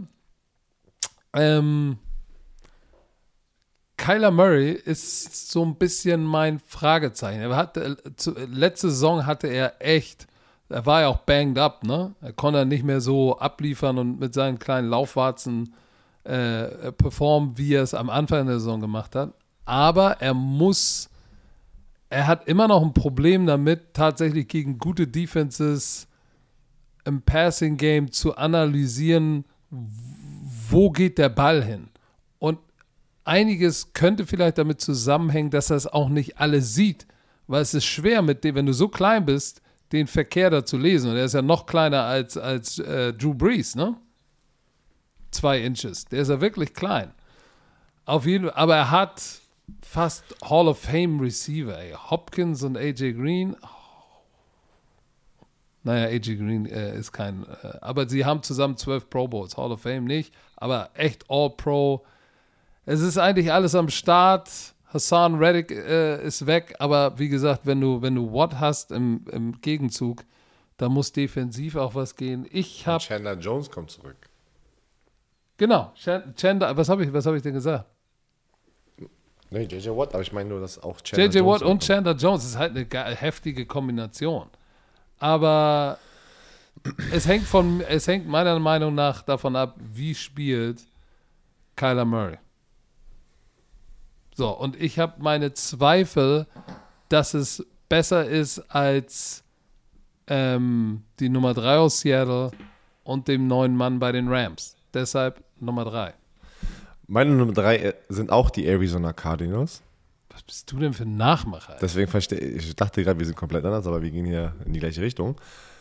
Kyler Murray ist so ein bisschen mein Fragezeichen. Letzte Saison er war ja auch banged up, ne? Er konnte nicht mehr so abliefern und mit seinen kleinen Laufwarzen performen, wie er es am Anfang der Saison gemacht hat. Aber er hat immer noch ein Problem damit, tatsächlich gegen gute Defenses im Passing Game zu analysieren, wo geht der Ball hin. Und einiges könnte vielleicht damit zusammenhängen, dass er es auch nicht alles sieht, weil es ist schwer, wenn du so klein bist, den Verkehr da zu lesen. Und er ist ja noch kleiner als Drew Brees, ne? 2 Inches. Der ist ja wirklich klein. Auf jeden Fall, aber er hat fast Hall of Fame Receiver, ey. Hopkins und AJ Green. Naja, AJ Green ist kein, aber sie haben zusammen 12 Pro Bowls. Hall of Fame nicht, aber echt All-Pro. Es ist eigentlich alles am Start. Hassan Reddick ist weg, aber wie gesagt, wenn du Watt hast im Gegenzug, da muss defensiv auch was gehen. Chandler Jones kommt zurück. Genau, Chandler, was hab ich denn gesagt? Nee, J.J. Watt, aber ich meine nur, dass auch J.J. Watt und Chandler Jones ist halt eine heftige Kombination. Aber es hängt meiner Meinung nach davon ab, wie spielt Kyler Murray. So, und ich habe meine Zweifel, dass es besser ist als die Nummer 3 aus Seattle und dem neuen Mann bei den Rams. Deshalb Nummer 3. Meine Nummer 3 sind auch die Arizona Cardinals. Was bist du denn für ein Nachmacher? Deswegen ich dachte gerade, wir sind komplett anders, aber wir gehen hier in die gleiche Richtung.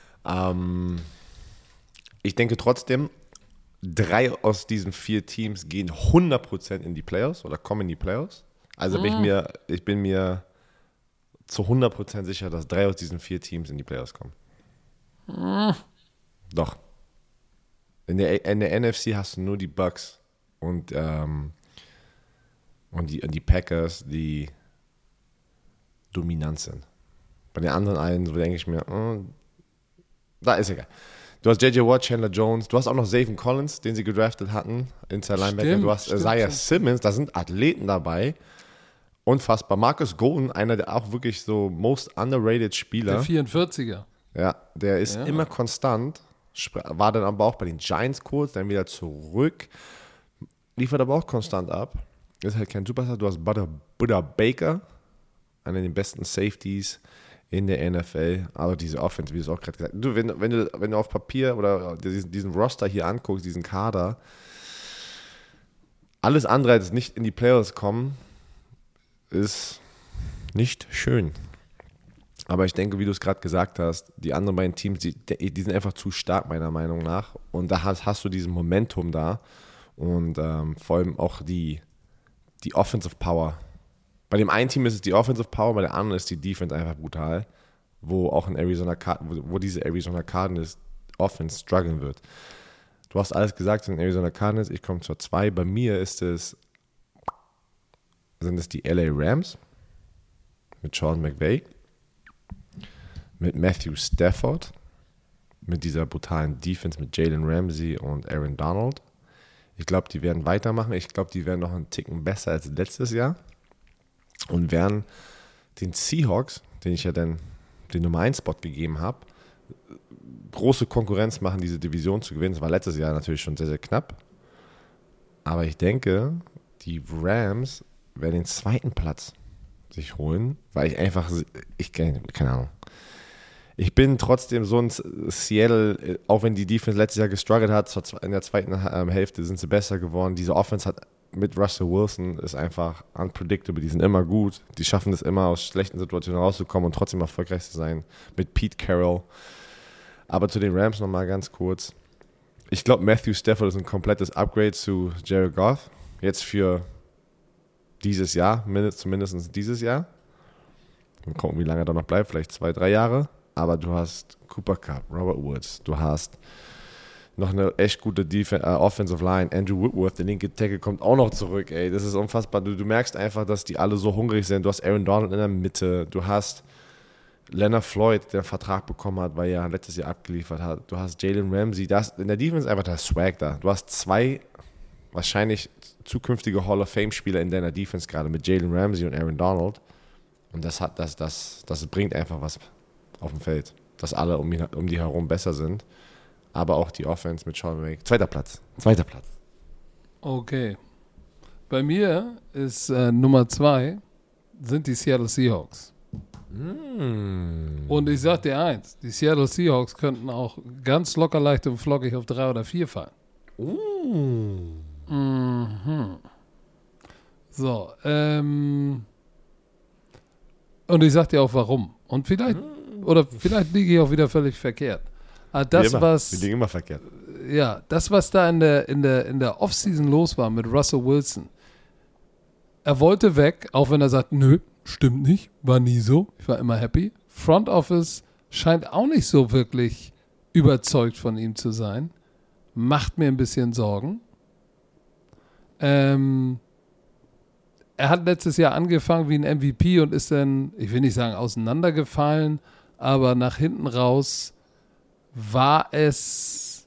Ich denke trotzdem, 3 aus diesen 4 Teams gehen 100% in die Playoffs oder kommen in die Playoffs. Also ich bin mir zu 100% sicher, dass 3 aus diesen 4 Teams in die Playoffs kommen. Doch. In der NFC hast du nur die Bucks und die Packers, die dominant sind. Bei den anderen einen, so denke ich mir, da ist egal. Du hast J.J. Watt, Chandler Jones, du hast auch noch Zaven Collins, den sie gedraftet hatten, Inside Linebacker. Du hast Isaiah Simmons, da sind Athleten dabei. Unfassbar. Marcus Golden, einer der auch wirklich so most underrated Spieler. Der 44er. Ja, der ist immer konstant. War dann aber auch bei den Giants kurz, dann wieder zurück. Liefert aber auch konstant ab. Ist halt kein Superstar. Du hast Buddha Baker, einer der besten Safeties in der NFL. Aber diese Offense, wie du es auch gerade gesagt hast. Wenn du auf Papier oder diesen Roster hier anguckst, diesen Kader, alles andere als nicht in die Playoffs kommen, ist nicht schön. Aber ich denke, wie du es gerade gesagt hast, die anderen beiden Teams, die sind einfach zu stark, meiner Meinung nach. Und da hast du diesen Momentum da. Und vor allem auch die Offensive Power. Bei dem einen Team ist es die Offensive Power, bei der anderen ist die Defense einfach brutal. Wo diese Arizona Cardinals Offense strugglen wird. Du hast alles gesagt zu den Arizona Cardinals. Ich komme zur 2. Bei mir sind es die LA Rams mit Sean McVay, mit Matthew Stafford, mit dieser brutalen Defense mit Jalen Ramsey und Aaron Donald. Ich glaube, die werden weitermachen. Ich glaube, die werden noch einen Ticken besser als letztes Jahr und werden den Seahawks, den ich ja dann den Nummer 1 Spot gegeben habe, große Konkurrenz machen, diese Division zu gewinnen. Das war letztes Jahr natürlich schon sehr, sehr knapp. Aber ich denke, die Rams werden den 2. Platz sich holen, weil keine Ahnung. Ich bin trotzdem so ein Seattle, auch wenn die Defense letztes Jahr gestruggelt hat, in der zweiten Hälfte sind sie besser geworden. Diese Offense hat mit Russell Wilson ist einfach unpredictable. Die sind immer gut. Die schaffen es immer, aus schlechten Situationen rauszukommen und trotzdem erfolgreich zu sein. Mit Pete Carroll. Aber zu den Rams nochmal ganz kurz. Ich glaube, Matthew Stafford ist ein komplettes Upgrade zu Jared Goff. Jetzt für dieses Jahr, zumindest dieses Jahr. Mal gucken, wie lange er da noch bleibt. Vielleicht 2-3 Jahre. Aber du hast Cooper Kupp, Robert Woods. Du hast noch eine echt gute Offensive Line. Andrew Whitworth, der linke Tackle, kommt auch noch zurück. Ey, das ist unfassbar. Du merkst einfach, dass die alle so hungrig sind. Du hast Aaron Donald in der Mitte. Du hast Leonard Floyd, der einen Vertrag bekommen hat, weil er letztes Jahr abgeliefert hat. Du hast Jalen Ramsey. In der Defense einfach der Swag da. Du hast 2 wahrscheinlich zukünftige Hall of Fame-Spieler in deiner Defense gerade mit Jalen Ramsey und Aaron Donald. Und das bringt einfach was auf dem Feld. Dass alle um die herum besser sind. Aber auch die Offense mit Sean McVay. 2. Platz. Okay. Bei mir ist Nummer 2 sind die Seattle Seahawks. Und ich sag dir eins, die Seattle Seahawks könnten auch ganz locker, leicht und flockig auf 3 oder 4 fallen. Mhm. So, und ich sag dir auch warum. Und vielleicht liege ich auch wieder völlig verkehrt. Aber wir liegen immer verkehrt. Ja, das, was da in der Offseason los war mit Russell Wilson, er wollte weg, auch wenn er sagt, nö, stimmt nicht, war nie so, ich war immer happy. Front Office scheint auch nicht so wirklich überzeugt von ihm zu sein. Macht mir ein bisschen Sorgen. Er hat letztes Jahr angefangen wie ein MVP und ist dann, ich will nicht sagen auseinandergefallen, aber nach hinten raus war es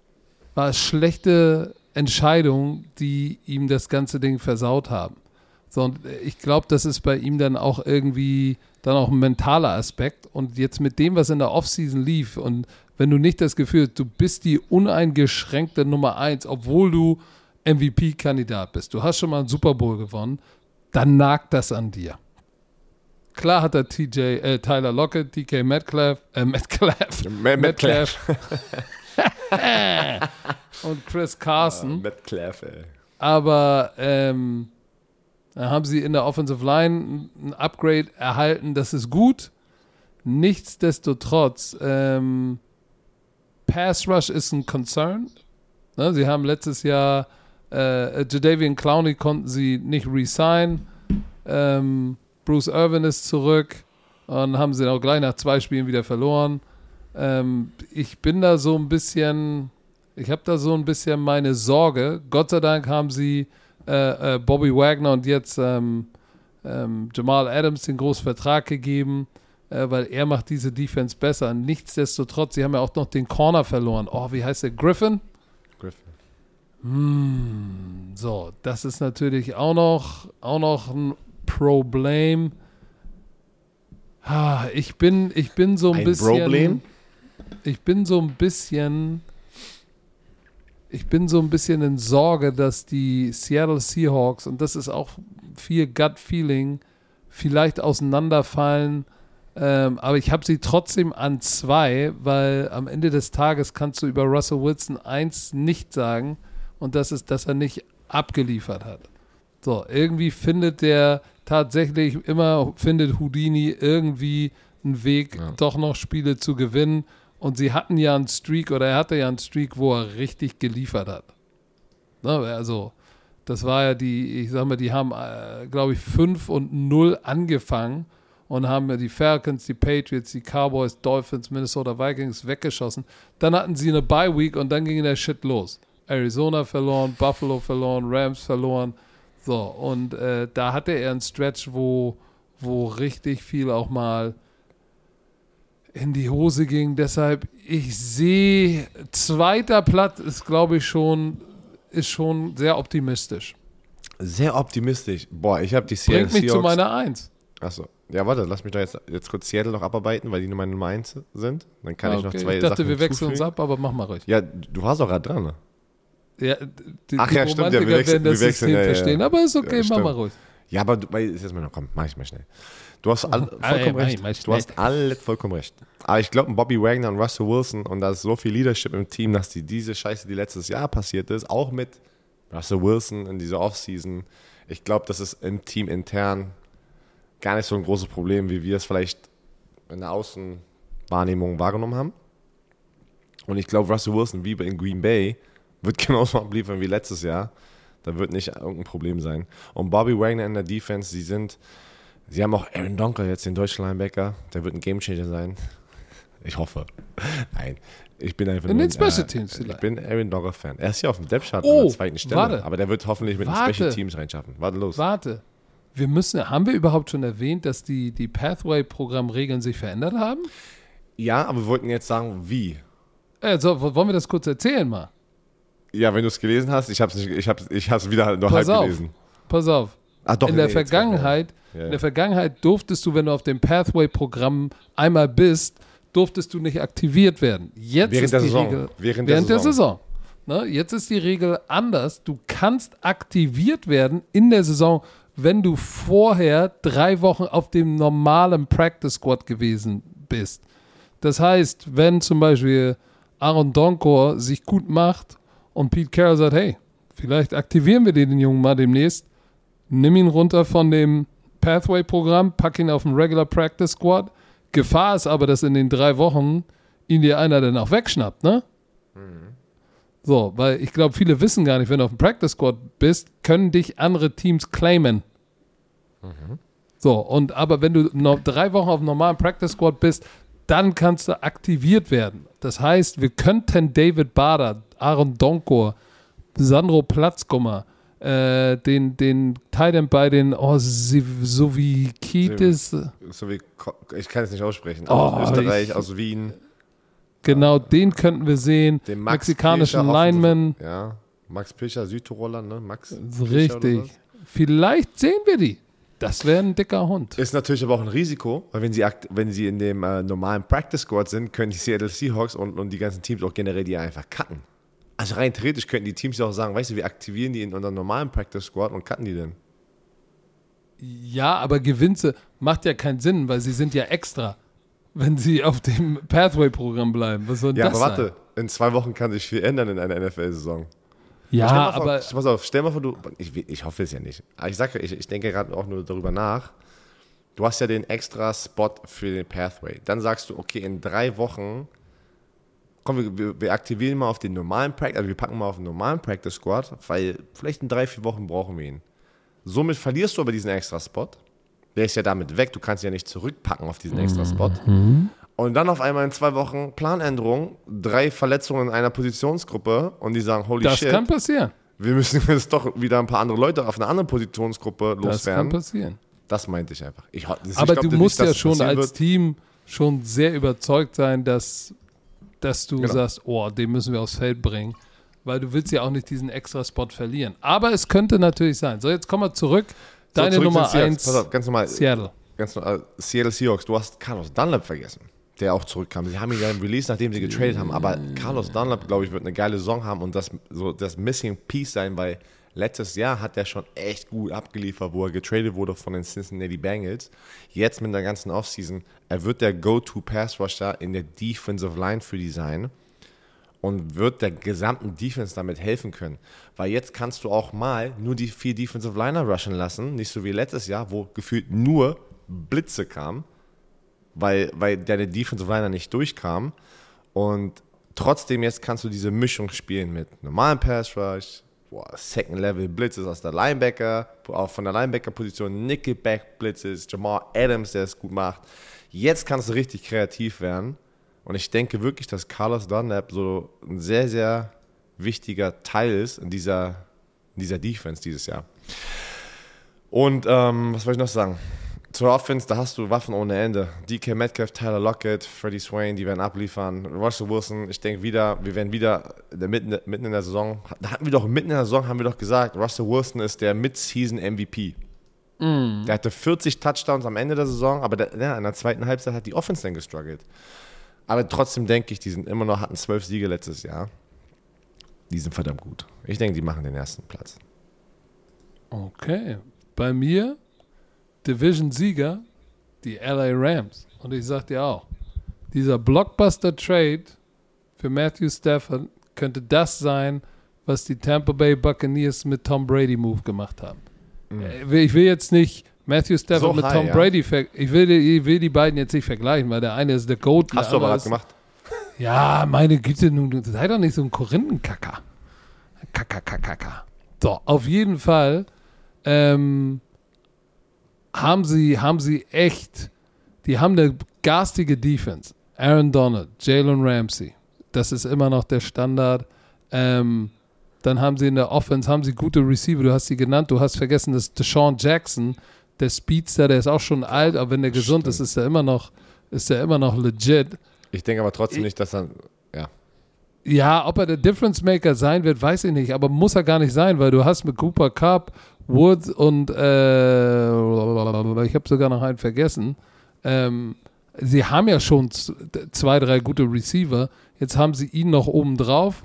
schlechte Entscheidungen, die ihm das ganze Ding versaut haben. So, und ich glaube, das ist bei ihm dann auch irgendwie dann auch ein mentaler Aspekt. Und jetzt mit dem, was in der Offseason lief, und wenn du nicht das Gefühl hast, du bist die uneingeschränkte Nummer 1, obwohl du MVP-Kandidat bist, du hast schon mal einen Super Bowl gewonnen, dann nagt das an dir. Klar hat er Tyler Lockett, DK Metcalf und Chris Carson. Metcalf, ey. Aber da haben sie in der Offensive Line ein Upgrade erhalten, das ist gut. Nichtsdestotrotz, Pass Rush ist ein Concern. Ne, sie haben letztes Jahr Jadeveon Clowney konnten sie nicht resignen. Bruce Irvin ist zurück und haben sie auch gleich nach 2 Spielen wieder verloren. Ich bin da so ein bisschen, ich habe da so ein bisschen meine Sorge. Gott sei Dank haben sie Bobby Wagner und jetzt Jamal Adams den großen Vertrag gegeben, weil er macht diese Defense besser. Nichtsdestotrotz, sie haben ja auch noch den Corner verloren. Oh, wie heißt der? Griffin? So, das ist natürlich auch noch ein Problem. Ich bin so ein bisschen. Problem? Ich bin so ein bisschen in Sorge, dass die Seattle Seahawks, und das ist auch viel Gut-Feeling, vielleicht auseinanderfallen. Aber ich habe sie trotzdem an 2, weil am Ende des Tages kannst du über Russell Wilson 1 nicht sagen, und das ist, dass er nicht abgeliefert hat. So, irgendwie findet Houdini irgendwie einen Weg, doch noch Spiele zu gewinnen. Und sie hatten ja einen Streak, oder er hatte ja einen Streak, wo er richtig geliefert hat. Ne, also, das war ja die haben, glaube ich, 5-0 angefangen und haben ja die Falcons, die Patriots, die Cowboys, Dolphins, Minnesota Vikings weggeschossen. Dann hatten sie eine Bye-Week und dann ging der Shit los. Arizona verloren, Buffalo verloren, Rams verloren. So, und da hatte er einen Stretch, wo richtig viel auch mal in die Hose ging. Deshalb, ich sehe, 2. Platz ist, glaube ich, schon sehr optimistisch. Sehr optimistisch. Boah, ich habe die Seattle Bringt mich Seahawks. zu meiner 1. Achso. Ja, warte, lass mich doch jetzt kurz Seattle noch abarbeiten, weil die nur meine Nummer 1 sind. Dann kann ich noch 2 Sachen Ich dachte, wir wechseln uns hinzufügen. ab, aber mach mal ruhig. Ja, du warst doch gerade dran, ne? Ja, die Stimmt, ja, wir Romantiker werden das System verstehen, aber ist okay, mach mal ruhig. Ja, aber ist jetzt mal noch, komm, mach ich mal schnell. Du hast vollkommen recht. Du hast alle vollkommen recht. Aber ich glaube, Bobby Wagner und Russell Wilson, und da ist so viel Leadership im Team, dass diese Scheiße, die letztes Jahr passiert ist, auch mit Russell Wilson in dieser Offseason, ich glaube, das ist im Team intern gar nicht so ein großes Problem, wie wir es vielleicht in der Außenwahrnehmung wahrgenommen haben. Und ich glaube, Russell Wilson, wie in Green Bay, wird genauso abliefern wie letztes Jahr. Da wird nicht irgendein Problem sein. Und Bobby Wagner in der Defense, sie haben auch Aaron Donker jetzt, den deutschen Linebacker. Der wird ein Gamechanger sein. Ich hoffe. Nein, ich bin einfach in den Special Teams ich vielleicht. bin Aaron Donker-Fan. Er ist ja auf dem Depth-Chart an der 2. Stelle. Warte. Aber der wird hoffentlich mit den Special Teams reinschaffen. Warte los. Warte. Haben wir überhaupt schon erwähnt, dass die Pathway-Programmregeln sich verändert haben? Ja, aber wir wollten jetzt sagen, wie. Wollen wir das kurz erzählen mal? Ja, wenn du es gelesen hast, ich hab's wieder nur halb gelesen. Pass auf. Ach, doch, in der Vergangenheit durftest du, wenn du auf dem Pathway-Programm einmal bist, durftest du nicht aktiviert werden. Jetzt ist die Regel während der Saison. Ne? Jetzt ist die Regel anders. Du kannst aktiviert werden in der Saison, wenn du vorher 3 Wochen auf dem normalen Practice Squad gewesen bist. Das heißt, wenn zum Beispiel Aaron Donkor sich gut macht und Pete Carroll sagt, hey, vielleicht aktivieren wir den Jungen mal demnächst, nimm ihn runter von dem Pathway-Programm, pack ihn auf den Regular Practice Squad. Gefahr ist aber, dass in den 3 Wochen ihn dir einer dann auch wegschnappt, ne? So, weil ich glaube, viele wissen gar nicht, wenn du auf dem Practice Squad bist, können dich andere Teams claimen. So, aber wenn du noch 3 Wochen auf dem normalen Practice Squad bist, dann kannst du aktiviert werden. Das heißt, wir könnten David Bader, Aaron Donkor, Sandro Platzkummer, den Tight End bei den Sovikitis. Ich kann es nicht aussprechen. Aus Österreich, aus Wien. Genau, den könnten wir sehen. Den Max mexikanischen Pilcher, Lineman. Ja, Max Pilcher, Südtiroler, ne? Max Richtig. vielleicht sehen wir die. Das wäre ein dicker Hund. Ist natürlich aber auch ein Risiko, weil wenn sie in dem normalen Practice Squad sind, können die Seattle Seahawks und die ganzen Teams auch generell die einfach cutten. Also rein theoretisch könnten die Teams ja auch sagen, weißt du, wir aktivieren die in unserem normalen Practice Squad und cutten die dann. Ja, aber Gewinze macht ja keinen Sinn, weil sie sind ja extra, wenn sie auf dem Pathway-Programm bleiben. Was soll denn das aber warte, sein? in 2 Wochen kann sich viel ändern in einer NFL-Saison. Ja, Pass auf, stell mal vor, ich hoffe es ja nicht. Aber ich denke gerade auch nur darüber nach. Du hast ja den extra Spot für den Pathway. Dann sagst du, okay, in 3 Wochen, komm, wir aktivieren mal auf den normalen Practice, also wir packen mal auf den normalen Practice Squad, weil vielleicht in 3-4 Wochen brauchen wir ihn. Somit verlierst du aber diesen extra Spot. Der ist ja damit weg, du kannst ihn ja nicht zurückpacken auf diesen extra Spot. Und dann auf einmal in 2 Wochen Planänderung, 3 Verletzungen in einer Positionsgruppe und die sagen, holy shit. Das kann passieren. Wir müssen jetzt doch wieder ein paar andere Leute auf eine andere Positionsgruppe loswerden. Das kann passieren. Das meinte ich einfach. Aber du musst ja schon als Team schon sehr überzeugt sein, dass du sagst, oh, den müssen wir aufs Feld bringen. Weil du willst ja auch nicht diesen extra Spot verlieren. Aber es könnte natürlich sein. So, jetzt kommen wir zurück. Deine Nummer 1, pass auf, ganz normal, Seattle. Seattle Seahawks, du hast Carlos Dunlap vergessen, der auch zurückkam. Sie haben ihn ja im Release, nachdem sie getradet haben. Aber Carlos Dunlap, glaube ich, wird eine geile Saison haben und das Missing Piece sein, weil letztes Jahr hat er schon echt gut abgeliefert, wo er getradet wurde von den Cincinnati Bengals. Jetzt mit der ganzen Offseason, er wird der Go-To-Pass-Rusher in der Defensive Line für die sein und wird der gesamten Defense damit helfen können. Weil jetzt kannst du auch mal nur die 4 Defensive Liner rushen lassen, nicht so wie letztes Jahr, wo gefühlt nur Blitze kamen, weil der Defensive Liner nicht durchkam. Und trotzdem jetzt kannst du diese Mischung spielen mit normalen Pass Rush, Second Level Blitzes aus der Linebacker, auch von der Linebacker-Position Nickelback Blitzes, Jamal Adams, der es gut macht. Jetzt kannst du richtig kreativ werden. Und ich denke wirklich, dass Carlos Dunlap so ein sehr, sehr wichtiger Teil ist in dieser Defense dieses Jahr. Und was wollte ich noch sagen? Zur Offense, da hast du Waffen ohne Ende. DK Metcalf, Tyler Lockett, Freddie Swain, die werden abliefern. Russell Wilson, ich denke wir werden wieder mitten in der Saison, mitten in der Saison haben wir doch gesagt, Russell Wilson ist der Mid-Season MVP. Der hatte 40 Touchdowns am Ende der Saison, aber in der zweiten Halbzeit hat die Offense dann gestruggelt. Aber trotzdem denke ich, hatten 12 Siege letztes Jahr. Die sind verdammt gut. Ich denke, die machen den ersten Platz. Okay. Bei mir Division-Sieger, die LA Rams. Und ich sag dir auch, dieser Blockbuster-Trade für Matthew Stafford könnte das sein, was die Tampa Bay Buccaneers mit Tom Brady Move gemacht haben. Ich will jetzt nicht Matthew Stafford mit Tom Brady, ich will die beiden jetzt nicht vergleichen, weil der eine ist der GOAT. Hast du aber was gemacht? Ja, meine Güte, nun sei doch nicht so ein Korinthenkacker. Kacker. So, auf jeden Fall haben sie echt, die haben eine garstige Defense. Aaron Donald, Jalen Ramsey, das ist immer noch der Standard. Dann haben sie in der Offense, gute Receiver, du hast sie genannt, du hast vergessen, dass Deshaun Jackson, der Speedster, der ist auch schon alt, aber wenn der gesund ist, ist er immer noch legit. Ich denke aber trotzdem nicht, dass er, Ja, ob er der Difference Maker sein wird, weiß ich nicht, aber muss er gar nicht sein, weil du hast mit Cooper Kupp, Woods und ich habe sogar noch einen vergessen. Sie haben ja schon 2, 3 gute Receiver, jetzt haben sie ihn noch oben drauf.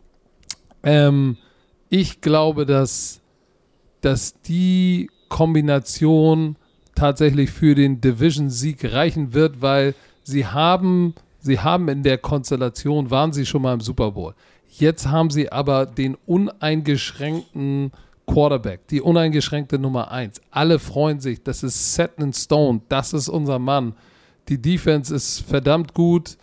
Ich glaube, dass die Kombination tatsächlich für den Division-Sieg reichen wird, weil sie haben in der Konstellation, waren sie schon mal im Super Bowl. Jetzt haben sie aber den uneingeschränkten Quarterback, die uneingeschränkte Nummer 1. Alle freuen sich, das ist set in stone, das ist unser Mann. Die Defense ist verdammt gut.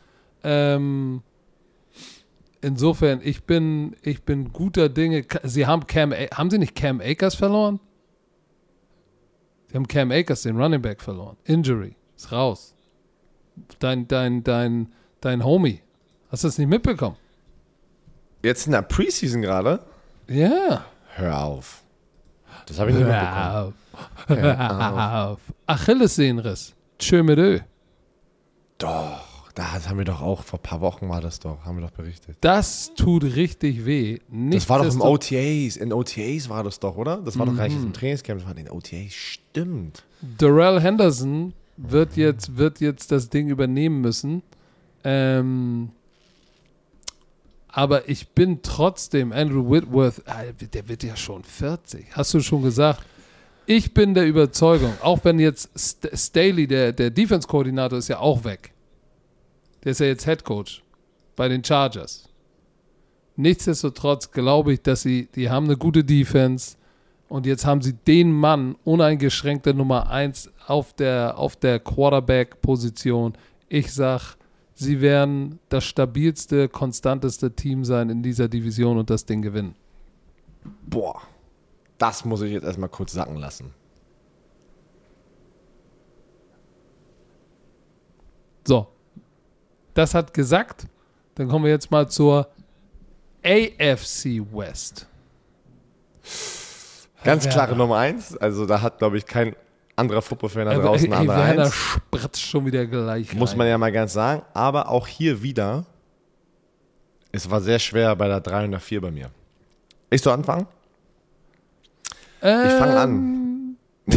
Insofern, ich bin guter Dinge. Haben sie nicht Cam Akers verloren? Sie haben Cam Akers, den Running Back, verloren. Injury, ist raus. Dein Homie. Hast du das nicht mitbekommen? Jetzt in der Preseason gerade? Ja. Hör auf. Das habe ich nicht mitbekommen. Hör auf. Achillessehnenriss. Tschö mit Ö. Doch. Das haben wir doch auch, vor ein paar Wochen war das doch, haben wir doch berichtet. Das tut richtig weh. Das war doch im OTAs. In OTAs war das doch, oder? Das war doch gar nicht im Trainingscamp, das war in den OTAs. Stimmt. Darrell Henderson wird jetzt das Ding übernehmen müssen. Aber ich bin trotzdem, Andrew Whitworth, der wird ja schon 40. Hast du schon gesagt? Ich bin der Überzeugung, auch wenn jetzt Staley, der Defense-Koordinator, ist ja auch weg. Der ist ja jetzt Head Coach bei den Chargers. Nichtsdestotrotz glaube ich, dass die haben eine gute Defense und jetzt haben sie den Mann uneingeschränkte Nummer 1 auf der Quarterback-Position. Ich sag, sie werden das stabilste, konstanteste Team sein in dieser Division und das Ding gewinnen. Boah, das muss ich jetzt erstmal kurz sacken lassen. So, das hat gesagt. Dann kommen wir jetzt mal zur AFC West. Ganz klare Nummer 1. Also da hat, glaube ich, kein anderer Football-Fan da draußen eine andere Werner 1. spritzt schon wieder gleich rein. Muss man ja mal ganz sagen. Aber auch hier wieder, es war sehr schwer bei der 3 und der 4 bei mir. Ich soll anfangen? Ich fange an. Nee,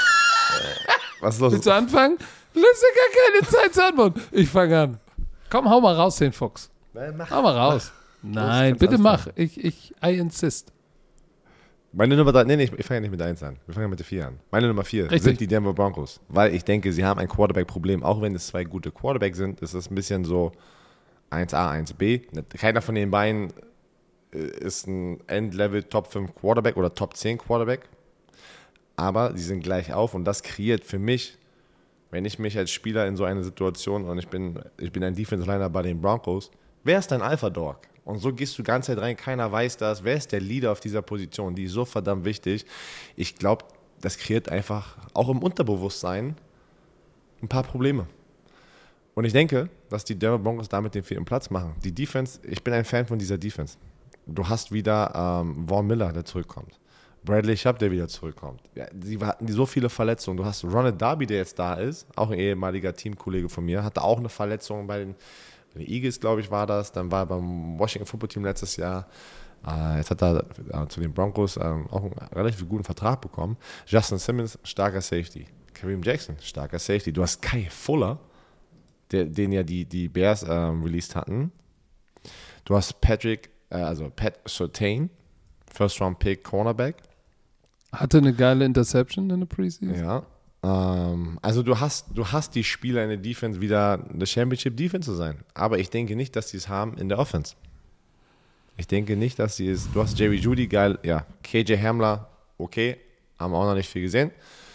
was ist los? Willst du anfangen? Du lässt ja gar keine Zeit zu antworten. Ich fange an. Komm, hau mal raus, den Fuchs. Hau mal raus. Nein, bitte mach. I insist. Meine Nummer 3, nee, ich fange ja nicht mit der 1 an. Wir fangen ja mit der 4 an. Meine Nummer 4 sind die Denver Broncos. Weil ich denke, sie haben ein Quarterback-Problem. Auch wenn es 2 gute Quarterbacks sind, ist es ein bisschen so 1A, 1B. Keiner von den beiden ist ein End-Level Top 5 Quarterback oder Top 10 Quarterback. Aber sie sind gleich auf und das kreiert für mich, wenn ich mich als Spieler in so einer Situation und ich bin ein Defense-Liner bei den Broncos, wer ist dein Alpha-Dog? Und so gehst du die ganze Zeit rein, keiner weiß das. Wer ist der Leader auf dieser Position? Die ist so verdammt wichtig. Ich glaube, das kreiert einfach auch im Unterbewusstsein ein paar Probleme. Und ich denke, dass die Denver Broncos damit den 4. Platz machen. Die Defense, ich bin ein Fan von dieser Defense. Du hast wieder Von Miller, der zurückkommt. Bradley Chubb, der wieder zurückkommt. Ja, sie hatten so viele Verletzungen. Du hast Ronald Darby, der jetzt da ist, auch ein ehemaliger Teamkollege von mir, hatte auch eine Verletzung bei den Eagles, glaube ich, war das. Dann war er beim Washington Football Team letztes Jahr. Jetzt hat er zu den Broncos auch einen relativ guten Vertrag bekommen. Justin Simmons, starker Safety. Kareem Jackson, starker Safety. Du hast Kai Fuller, den ja die Bears released hatten. Du hast Pat Surtain, First-Round-Pick, Cornerback. Hatte eine geile Interception in der Preseason. Ja. Also du hast die Spieler in der Defense wieder eine Championship-Defense zu sein. Aber ich denke nicht, dass sie es haben in der Offense. Ich denke nicht, dass sie es... Du hast Jerry Jeudy, geil. Ja, KJ Hamler, okay. Haben wir auch noch nicht viel gesehen.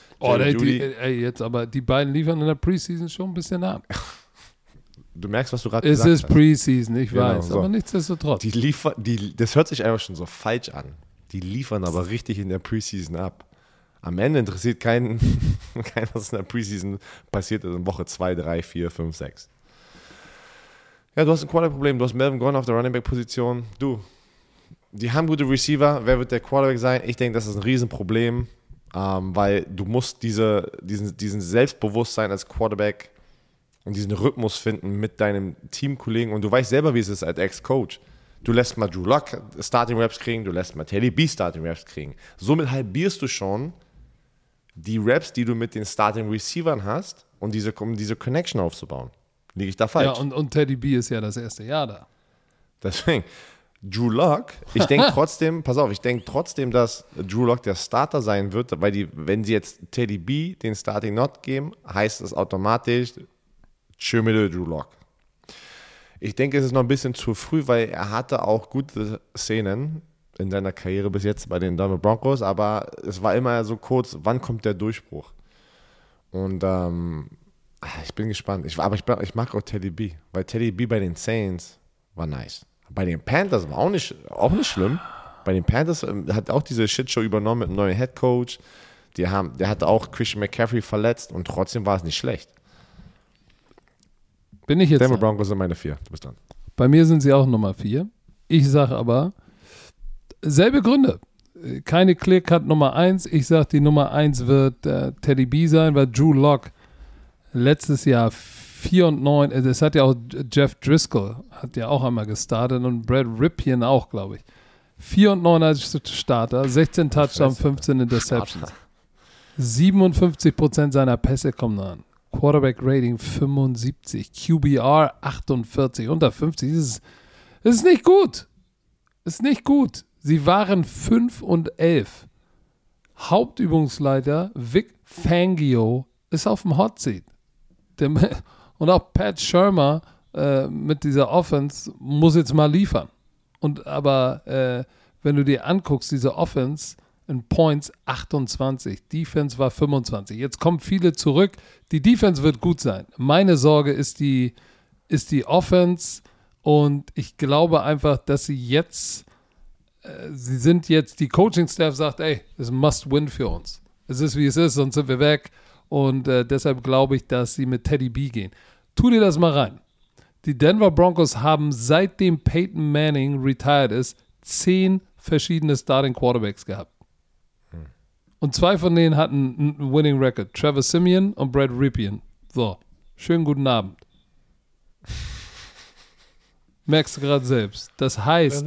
Jetzt aber die beiden liefern in der Preseason schon ein bisschen ab. Du merkst, was du gerade gesagt hast. Es ist Preseason, ich Genau, weiß, so. aber nichtsdestotrotz. Das hört sich einfach schon so falsch an. Die liefern aber richtig in der Preseason ab. Am Ende interessiert keinen, was in der Preseason passiert ist in Woche 2, 3, 4, 5, 6. Ja, du hast ein Quarterback-Problem. Du hast Melvin Gordon auf der Running-Back-Position. Die haben gute Receiver. Wer wird der Quarterback sein? Ich denke, das ist ein Riesenproblem, weil du musst diesen Selbstbewusstsein als Quarterback und diesen Rhythmus finden mit deinem Teamkollegen. Und du weißt selber, wie es ist als Ex-Coach. Du lässt mal Drew Lock Starting-Raps kriegen, du lässt mal Teddy B Starting-Raps kriegen. Somit halbierst du schon die Raps, die du mit den Starting-Receivern hast, um diese Connection aufzubauen. Liege ich da falsch? Ja, und Teddy B ist ja das erste Jahr da. Deswegen, Drew Lock, ich denke trotzdem, dass Drew Lock der Starter sein wird, weil wenn sie jetzt Teddy B den Starting Not geben, heißt es automatisch Drew Lock. Ich denke, es ist noch ein bisschen zu früh, weil er hatte auch gute Szenen in seiner Karriere bis jetzt bei den Denver Broncos, aber es war immer so kurz, wann kommt der Durchbruch? Und ich bin gespannt. Ich mag auch Teddy B, weil Teddy B bei den Saints war nice. Bei den Panthers war auch nicht schlimm. Bei den Panthers hat auch diese Shitshow übernommen mit einem neuen Headcoach. Der hatte auch Christian McCaffrey verletzt und trotzdem war es nicht schlecht. Bin ich jetzt Denver Broncos sind meine 4. Du bist dran. Bei mir sind sie auch Nummer 4. Ich sage aber, selbe Gründe. Keine Clear-Cut Nummer 1. Ich sage, die Nummer 1 wird Teddy B sein, weil Drew Lock letztes Jahr 4-9, das hat ja auch Jeff Driscoll, hat ja auch einmal gestartet und Brad Ripien auch, glaube ich. 4-9 als Starter, 16 Touchdowns, 15 Interceptions. 57% seiner Pässe kommen an. Quarterback-Rating 75, QBR 48, unter 50. Das ist nicht gut. Ist nicht gut. Sie waren 5-11. Hauptübungsleiter Vic Fangio ist auf dem Hot Seat. Und auch Pat Shurmur mit dieser Offense muss jetzt mal liefern. Aber wenn du dir anguckst, diese Offense in Points 28, Defense war 25. Jetzt kommen viele zurück. Die Defense wird gut sein. Meine Sorge ist die Offense und ich glaube einfach, dass sie sind jetzt, die Coaching-Staff sagt, ey, es ist ein Must-Win für uns. Es ist, wie es ist, sonst sind wir weg. Und deshalb glaube ich, dass sie mit Teddy B gehen. Tu dir das mal rein. Die Denver Broncos haben, seitdem Peyton Manning retired ist, 10 verschiedene Starting Quarterbacks gehabt. Und 2 von denen hatten einen Winning Record. Trevor Siemian und Brad Ripien. So, schönen guten Abend. Merkst du gerade selbst. Das heißt,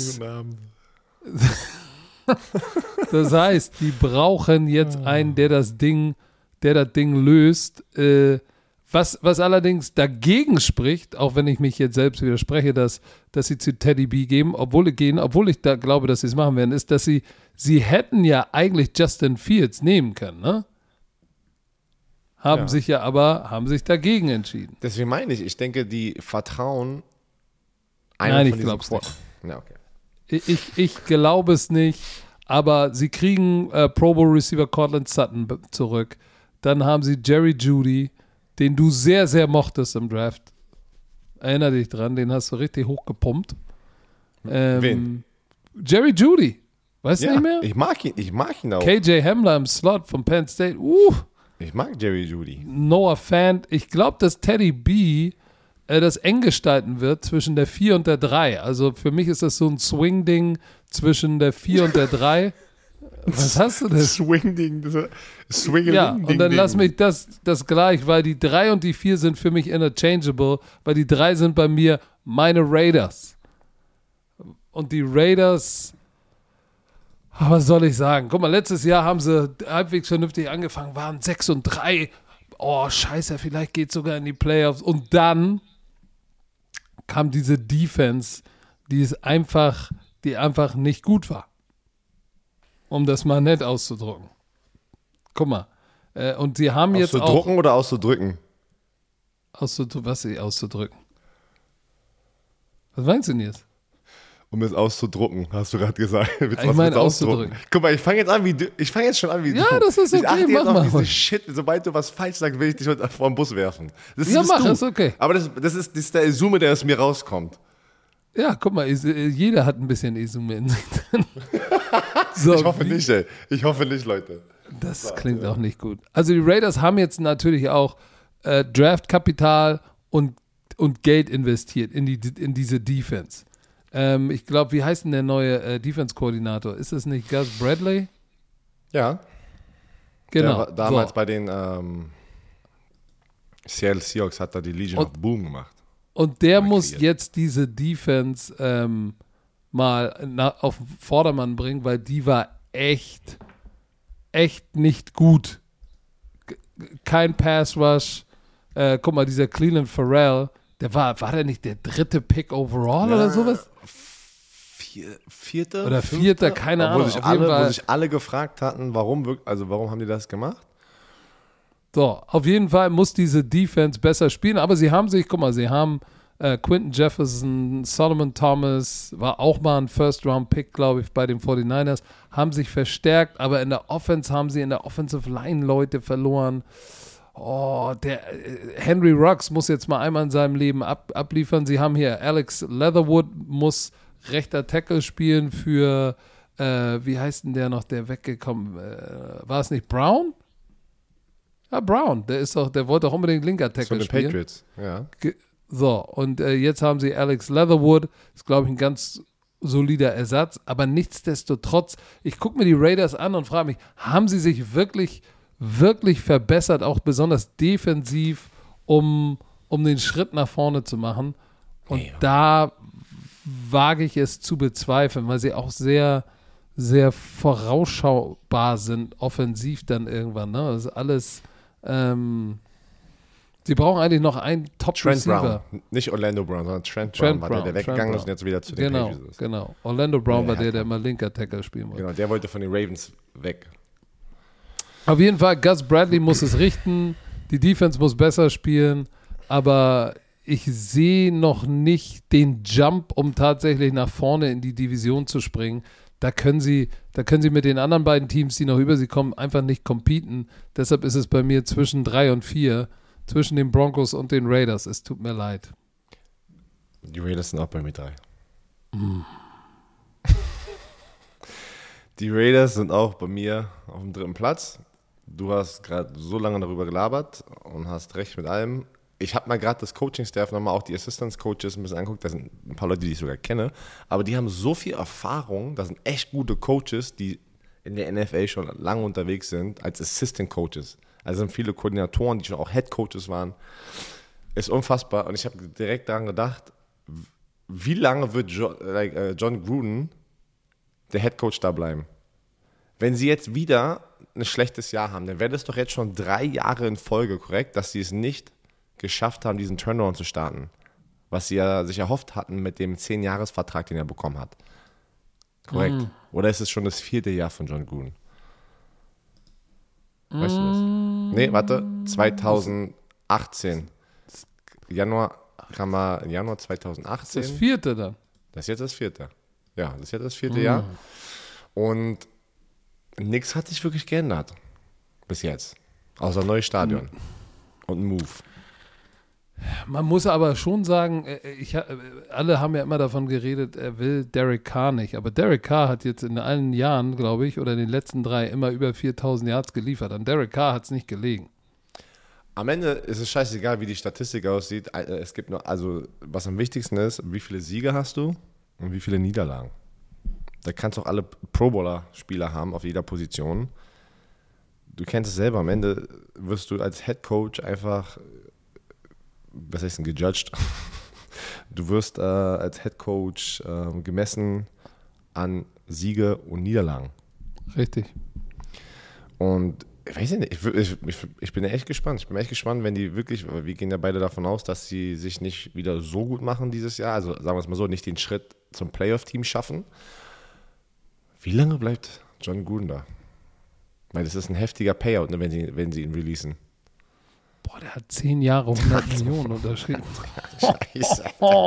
das heißt, die brauchen jetzt einen, der das Ding löst. Was allerdings dagegen spricht, auch wenn ich mich jetzt selbst widerspreche, dass sie zu Teddy B gehen, obwohl ich da glaube, dass sie es machen werden, ist, dass sie hätten ja eigentlich Justin Fields nehmen können, ne? Haben sich dagegen entschieden. Deswegen meine ich denke, die vertrauen Nein, ich glaube es nicht. Ja, okay. Ich glaube es nicht, aber sie kriegen Pro Bowl Receiver Cortland Sutton zurück. Dann haben sie Jerry Jeudy, den du sehr, sehr mochtest im Draft. Erinner dich dran, den hast du richtig hochgepumpt. Wen? Jerry Jeudy. Weißt du nicht mehr? Ich mag ihn auch. KJ Hamler im Slot von Penn State. Ich mag Jerry Jeudy. Noah Fant. Ich glaube, dass Teddy B das eng gestalten wird zwischen der 4 und der 3. Also für mich ist das so ein Swing-Ding zwischen der 4 und der 3. Was hast du denn? Swing-Ding. Ja, und dann lass mich das gleich, weil die 3 und die 4 sind für mich interchangeable, weil die 3 sind bei mir meine Raiders. Und die Raiders, was soll ich sagen? Guck mal, letztes Jahr haben sie halbwegs vernünftig angefangen, waren 6-3. Oh, scheiße, vielleicht geht es sogar in die Playoffs. Und dann kam diese Defense, die einfach nicht gut war. Um das mal nett auszudrücken. Guck mal. Und sie haben jetzt auch... Auszudrucken oder auszudrücken? Auszudrücken? Was meinst du denn jetzt? Um es auszudrucken, hast du gerade gesagt. Ich meine auszudrücken. Guck mal, ich fange jetzt schon an wie du. Ja, das ist okay, ich achte jetzt mach auf mal. diese Shit. Sobald du was falsch sagst, will ich dich heute vor den Bus werfen. Ist okay. Aber das ist der Isume, der aus mir rauskommt. Ja, guck mal, jeder hat ein bisschen Isume in sich. So, ich hoffe nicht, ey. Ich hoffe nicht, Leute. Das klingt auch nicht gut. Also die Raiders haben jetzt natürlich auch Draftkapital und Geld investiert in diese Defense. Ich glaube, wie heißt denn der neue Defense-Koordinator? Ist es nicht Gus Bradley? Ja. Genau. Der war damals bei den Seattle Seahawks hat da die Legion of Boom gemacht. Und der muss jetzt diese Defense mal auf den Vordermann bringen, weil die war echt nicht gut. Kein Pass-Rush. Guck mal, dieser Cleveland Farrell, war der nicht der 3. Pick overall oder sowas? Vierter? Oder 4., keine Ahnung. Wo sich alle gefragt hatten, warum haben die das gemacht? So, auf jeden Fall muss diese Defense besser spielen, aber sie haben Quinton Jefferson, Solomon Thomas, war auch mal ein First-Round-Pick, glaube ich, bei den 49ers, haben sich verstärkt, aber in der Offense haben sie in der Offensive Line Leute verloren. Oh, der Henry Ruggs muss jetzt mal einmal in seinem Leben abliefern. Sie haben hier Alex Leatherwood, muss rechter Tackle spielen für, wie heißt denn der noch, der weggekommen, war es nicht Brown? Ja, Brown, der wollte auch unbedingt linker Tackle spielen. Patriots, ja. So, und jetzt haben sie Alex Leatherwood, ist, glaube ich, ein ganz solider Ersatz, aber nichtsdestotrotz, ich gucke mir die Raiders an und frage mich, haben sie sich wirklich verbessert, auch besonders defensiv, um um den Schritt nach vorne zu machen. Und da wage ich es zu bezweifeln, weil sie auch sehr, sehr vorausschaubar sind, offensiv dann irgendwann. Ne? Das ist alles, sie brauchen eigentlich noch einen Top-Receiver. Brown. Nicht Orlando Brown, sondern Trent Brown war der weggegangen ist und jetzt wieder zu den Patriots ist. Genau. Orlando Brown war der immer linker Tackle spielen wollte. Genau, der wollte von den Ravens weg. Auf jeden Fall, Gus Bradley muss es richten, die Defense muss besser spielen, aber ich sehe noch nicht den Jump, um tatsächlich nach vorne in die Division zu springen. Da können sie mit den anderen beiden Teams, die noch über sie kommen, einfach nicht competen. Deshalb ist es bei mir zwischen 3 und 4, zwischen den Broncos und den Raiders. Es tut mir leid. Die Raiders sind auch bei mir 3. Die Raiders sind auch bei mir auf dem 3. Platz. Du hast gerade so lange darüber gelabert und hast recht mit allem. Ich habe mal gerade das Coaching-Staff nochmal, auch die Assistance-Coaches ein bisschen angeguckt. Da sind ein paar Leute, die ich sogar kenne. Aber die haben so viel Erfahrung. Das sind echt gute Coaches, die in der NFL schon lange unterwegs sind, als Assistant-Coaches. Also sind viele Koordinatoren, die schon auch Head-Coaches waren. Ist unfassbar. Und ich habe direkt daran gedacht, wie lange wird John Gruden der Head-Coach da bleiben? Wenn sie jetzt wieder ein schlechtes Jahr haben, dann wäre das doch jetzt schon 3 Jahre in Folge, korrekt, dass sie es nicht geschafft haben, diesen Turnaround zu starten, was sie ja sich erhofft hatten mit dem 10-Jahres-Vertrag, den er bekommen hat. Korrekt. Oder ist es schon das 4. Jahr von John Gruden? Weißt du das? Nee, warte, 2018. Januar 2018. Das 4. dann. Das ist jetzt das 4. Ja, das ist jetzt das 4. Jahr. Und nichts hat sich wirklich geändert. Bis jetzt. Außer neues Stadion. Und Move. Man muss aber schon sagen, alle haben ja immer davon geredet, er will Derek Carr nicht. Aber Derek Carr hat jetzt in allen Jahren, glaube ich, oder in den letzten 3 immer über 4.000 Yards geliefert. An Derek Carr hat es nicht gelegen. Am Ende ist es scheißegal, wie die Statistik aussieht. Es gibt nur, also was am wichtigsten ist, wie viele Siege hast du und wie viele Niederlagen. Da kannst du auch alle Pro-Bowler-Spieler haben auf jeder Position. Du kennst es selber, am Ende wirst du als Head Coach einfach, was heißt denn, gejudged. Du wirst als Head Coach gemessen an Siege und Niederlagen. Richtig. Und ich weiß nicht, ich bin echt gespannt. Ich bin echt gespannt, wenn die wirklich, wir gehen ja beide davon aus, dass sie sich nicht wieder so gut machen dieses Jahr, also sagen wir es mal so, nicht den Schritt zum Playoff-Team schaffen. Wie lange bleibt John Gruden da? Weil das ist ein heftiger Payout, ne, wenn sie ihn releasen. Boah, der hat 10 Jahre 100 Millionen unterschrieben. Scheiße.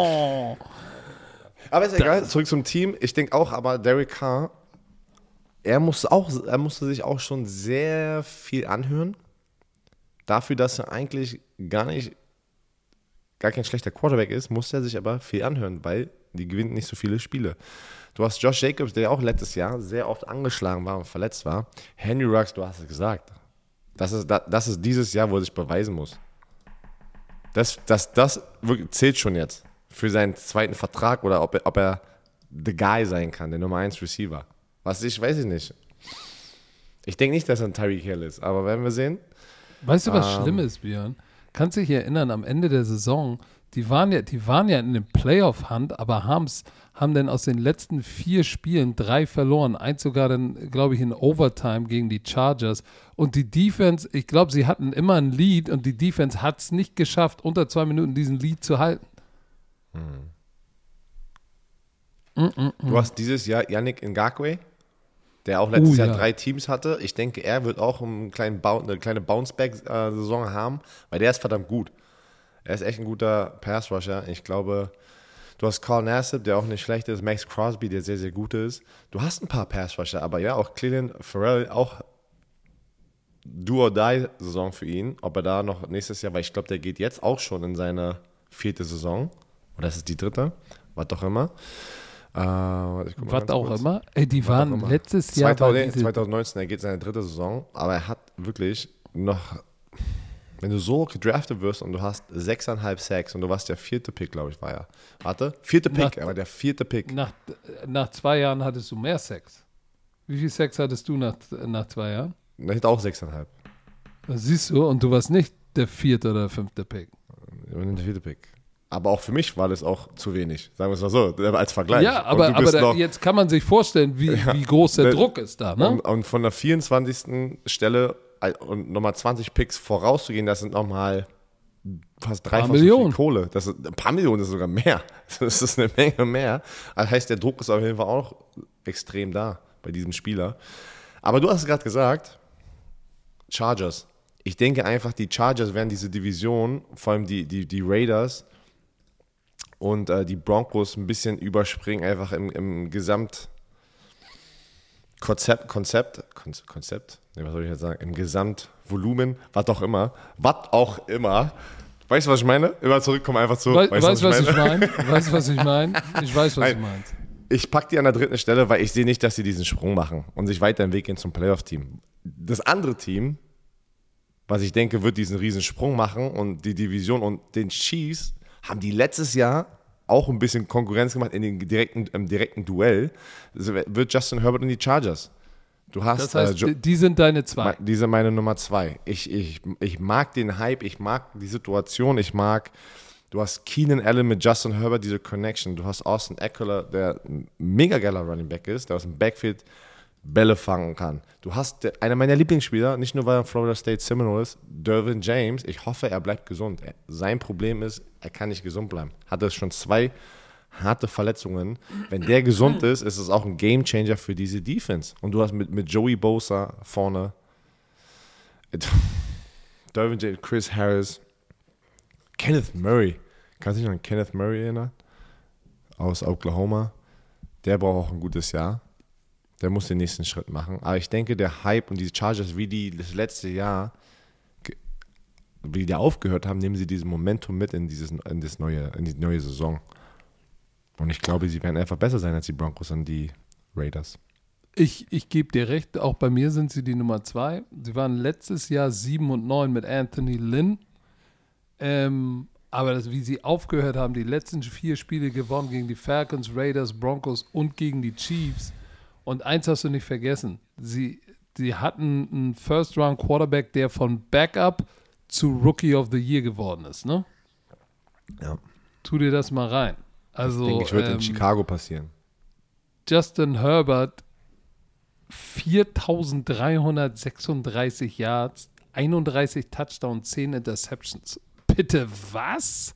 Aber ist egal, zurück zum Team. Ich denke auch, aber Derek Carr, er musste sich auch schon sehr viel anhören. Dafür, dass er eigentlich gar kein schlechter Quarterback ist, musste er sich aber viel anhören, weil die gewinnen nicht so viele Spiele. Du hast Josh Jacobs, der auch letztes Jahr sehr oft angeschlagen war und verletzt war. Henry Ruggs, du hast es gesagt. Das ist dieses Jahr, wo er sich beweisen muss. Das wirklich zählt schon jetzt für seinen 2. Vertrag oder ob er the guy sein kann, der Nummer 1 Receiver. Weiß ich nicht. Ich denke nicht, dass er ein Tyreek Hill ist, aber werden wir sehen. Weißt du, was schlimm ist, Björn? Kannst dich erinnern, am Ende der Saison, die waren ja in dem Playoff-Hunt, aber haben dann aus den letzten 4 Spielen 3 verloren. 1 sogar dann, glaube ich, in Overtime gegen die Chargers. Und die Defense, ich glaube, sie hatten immer einen Lead und die Defense hat es nicht geschafft, unter 2 Minuten diesen Lead zu halten. Du hast dieses Jahr Yannick Ngakoue, der auch letztes Jahr 3 Teams hatte. Ich denke, er wird auch eine kleine Bounce-Back-Saison haben, weil der ist verdammt gut. Er ist echt ein guter Pass-Rusher. Ich glaube, du hast Carl Nassib, der auch nicht schlecht ist, Max Crosby, der sehr, sehr gut ist. Du hast ein paar Pass-Rusher, aber ja, auch Cleveland Farrell, auch Do-or-Die-Saison für ihn. Ob er da noch nächstes Jahr, weil ich glaube, der geht jetzt auch schon in seine 4. Saison. Oder ist es die 3.? Was auch immer. Was auch immer. Ey, die waren letztes Jahr 2019, er geht seine 3. Saison, aber er hat wirklich noch, wenn du so gedraftet wirst und du hast 6,5 Sacks und du warst der 4. Pick, glaube ich, war er. Warte, 4. Pick, er war der 4. Pick. Nach 2 Jahren hattest du mehr Sacks. Wie viel Sacks hattest du nach 2 Jahren? Er hätte auch 6,5. Das siehst du, und du warst nicht der 4. oder 5. Pick. Und der 4. Pick. Aber auch für mich war das auch zu wenig, sagen wir es mal so, als Vergleich. Ja, aber jetzt kann man sich vorstellen, wie groß der Druck ist da. Ne? Und von der 24. Stelle und nochmal 20 Picks vorauszugehen, das sind nochmal fast dreifach so viel Kohle. Ein paar Millionen, das ist sogar mehr. Das ist eine Menge mehr. Das heißt, der Druck ist auf jeden Fall auch extrem da bei diesem Spieler. Aber du hast gerade gesagt, Chargers. Ich denke einfach, die Chargers werden diese Division, vor allem die Raiders und die Broncos ein bisschen überspringen, einfach im Gesamtkonzept, nee, was soll ich jetzt sagen, im Gesamtvolumen, was auch immer. Weißt du, was ich meine? Immer zurückkommen, einfach zu. Weißt du, was ich meine? Weißt du, was ich meine? Ich weiß, was du meinst. Ich packe die an der 3. Stelle, weil ich sehe nicht, dass sie diesen Sprung machen und sich weiterentwickeln zum Playoff-Team. Das andere Team, was ich denke, wird diesen riesen Sprung machen und die Division und den Chiefs haben die letztes Jahr auch ein bisschen Konkurrenz gemacht im direkten Duell. Das wird Justin Herbert und die Chargers. Du hast, das heißt, die sind deine 2. Die sind meine Nummer 2. Ich mag den Hype, ich mag die Situation, du hast Keenan Allen mit Justin Herbert, diese Connection. Du hast Austin Eckler, der ein mega geiler Running Back ist, der aus dem Backfield Bälle fangen kann. Du hast einer meiner Lieblingsspieler, nicht nur weil er Florida State Seminole ist, Derwin James. Ich hoffe, er bleibt gesund. Sein Problem ist, er kann nicht gesund bleiben. Hatte schon 2 harte Verletzungen. Wenn der gesund ist, ist es auch ein Gamechanger für diese Defense. Und du hast mit Joey Bosa vorne, Derwin James, Chris Harris, Kenneth Murray. Kannst du dich noch an Kenneth Murray erinnern? Aus Oklahoma. Der braucht auch ein gutes Jahr. Der muss den nächsten Schritt machen. Aber ich denke, der Hype und diese Chargers, wie die das letzte Jahr, wie die aufgehört haben, nehmen sie dieses Momentum mit in die neue Saison. Und ich glaube, sie werden einfach besser sein als die Broncos und die Raiders. Ich gebe dir recht, auch bei mir sind sie die Nummer 2. Sie waren letztes Jahr 7-9 mit Anthony Lynn. Aber wie sie aufgehört haben, die letzten 4 Spiele gewonnen gegen die Falcons, Raiders, Broncos und gegen die Chiefs. Und eins hast du nicht vergessen, sie hatten einen First-Round-Quarterback, der von Backup zu Rookie of the Year geworden ist, ne? Ja. Tu dir das mal rein. Also, ich denke, es wird in Chicago passieren. Justin Herbert, 4.336 Yards, 31 Touchdowns, 10 Interceptions. Bitte, was?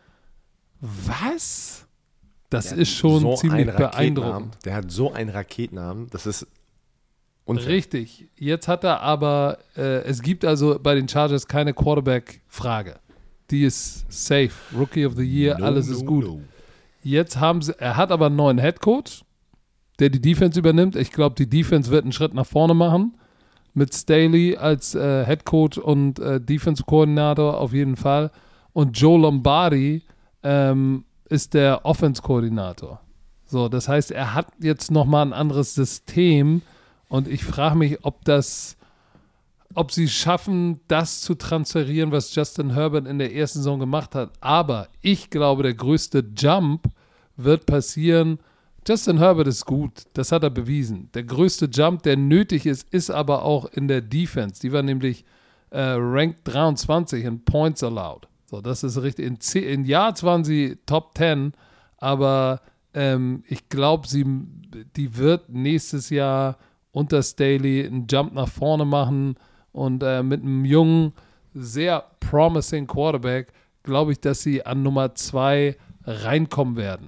Was? Das ist schon so ziemlich beeindruckend. Der hat so einen Raketennamen, das ist unfair. Richtig. Jetzt hat er aber, es gibt also bei den Chargers keine Quarterback-Frage. Die ist safe. Rookie of the Year, alles ist gut. No. Jetzt er hat aber einen neuen Headcoach, der die Defense übernimmt. Ich glaube, die Defense wird einen Schritt nach vorne machen. Mit Staley als Headcoach und Defense-Koordinator auf jeden Fall. Und Joe Lombardi ist der Offense-Koordinator. So, das heißt, er hat jetzt nochmal ein anderes System und ich frage mich, ob sie schaffen, das zu transferieren, was Justin Herbert in der ersten Saison gemacht hat. Aber ich glaube, der größte Jump wird passieren. Justin Herbert ist gut, das hat er bewiesen. Der größte Jump, der nötig ist, ist aber auch in der Defense. Die war nämlich ranked 23 in Points allowed. So, das ist richtig. In Yards waren sie Top 10, aber ich glaube, die wird nächstes Jahr unter Staley einen Jump nach vorne machen und mit einem jungen, sehr promising Quarterback glaube ich, dass sie an Nummer 2 reinkommen werden.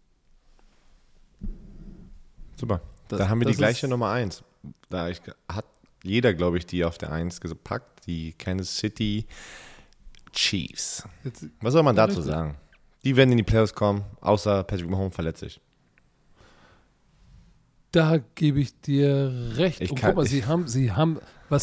Super. Da haben wir die gleiche Nummer 1. Hat jeder, glaube ich, die auf der 1 gepackt, die Kansas City Chiefs. Was soll man dazu sagen? Die werden in die Playoffs kommen, außer Patrick Mahomes verletzt sich. Da gebe ich dir recht. Guck mal, sie haben,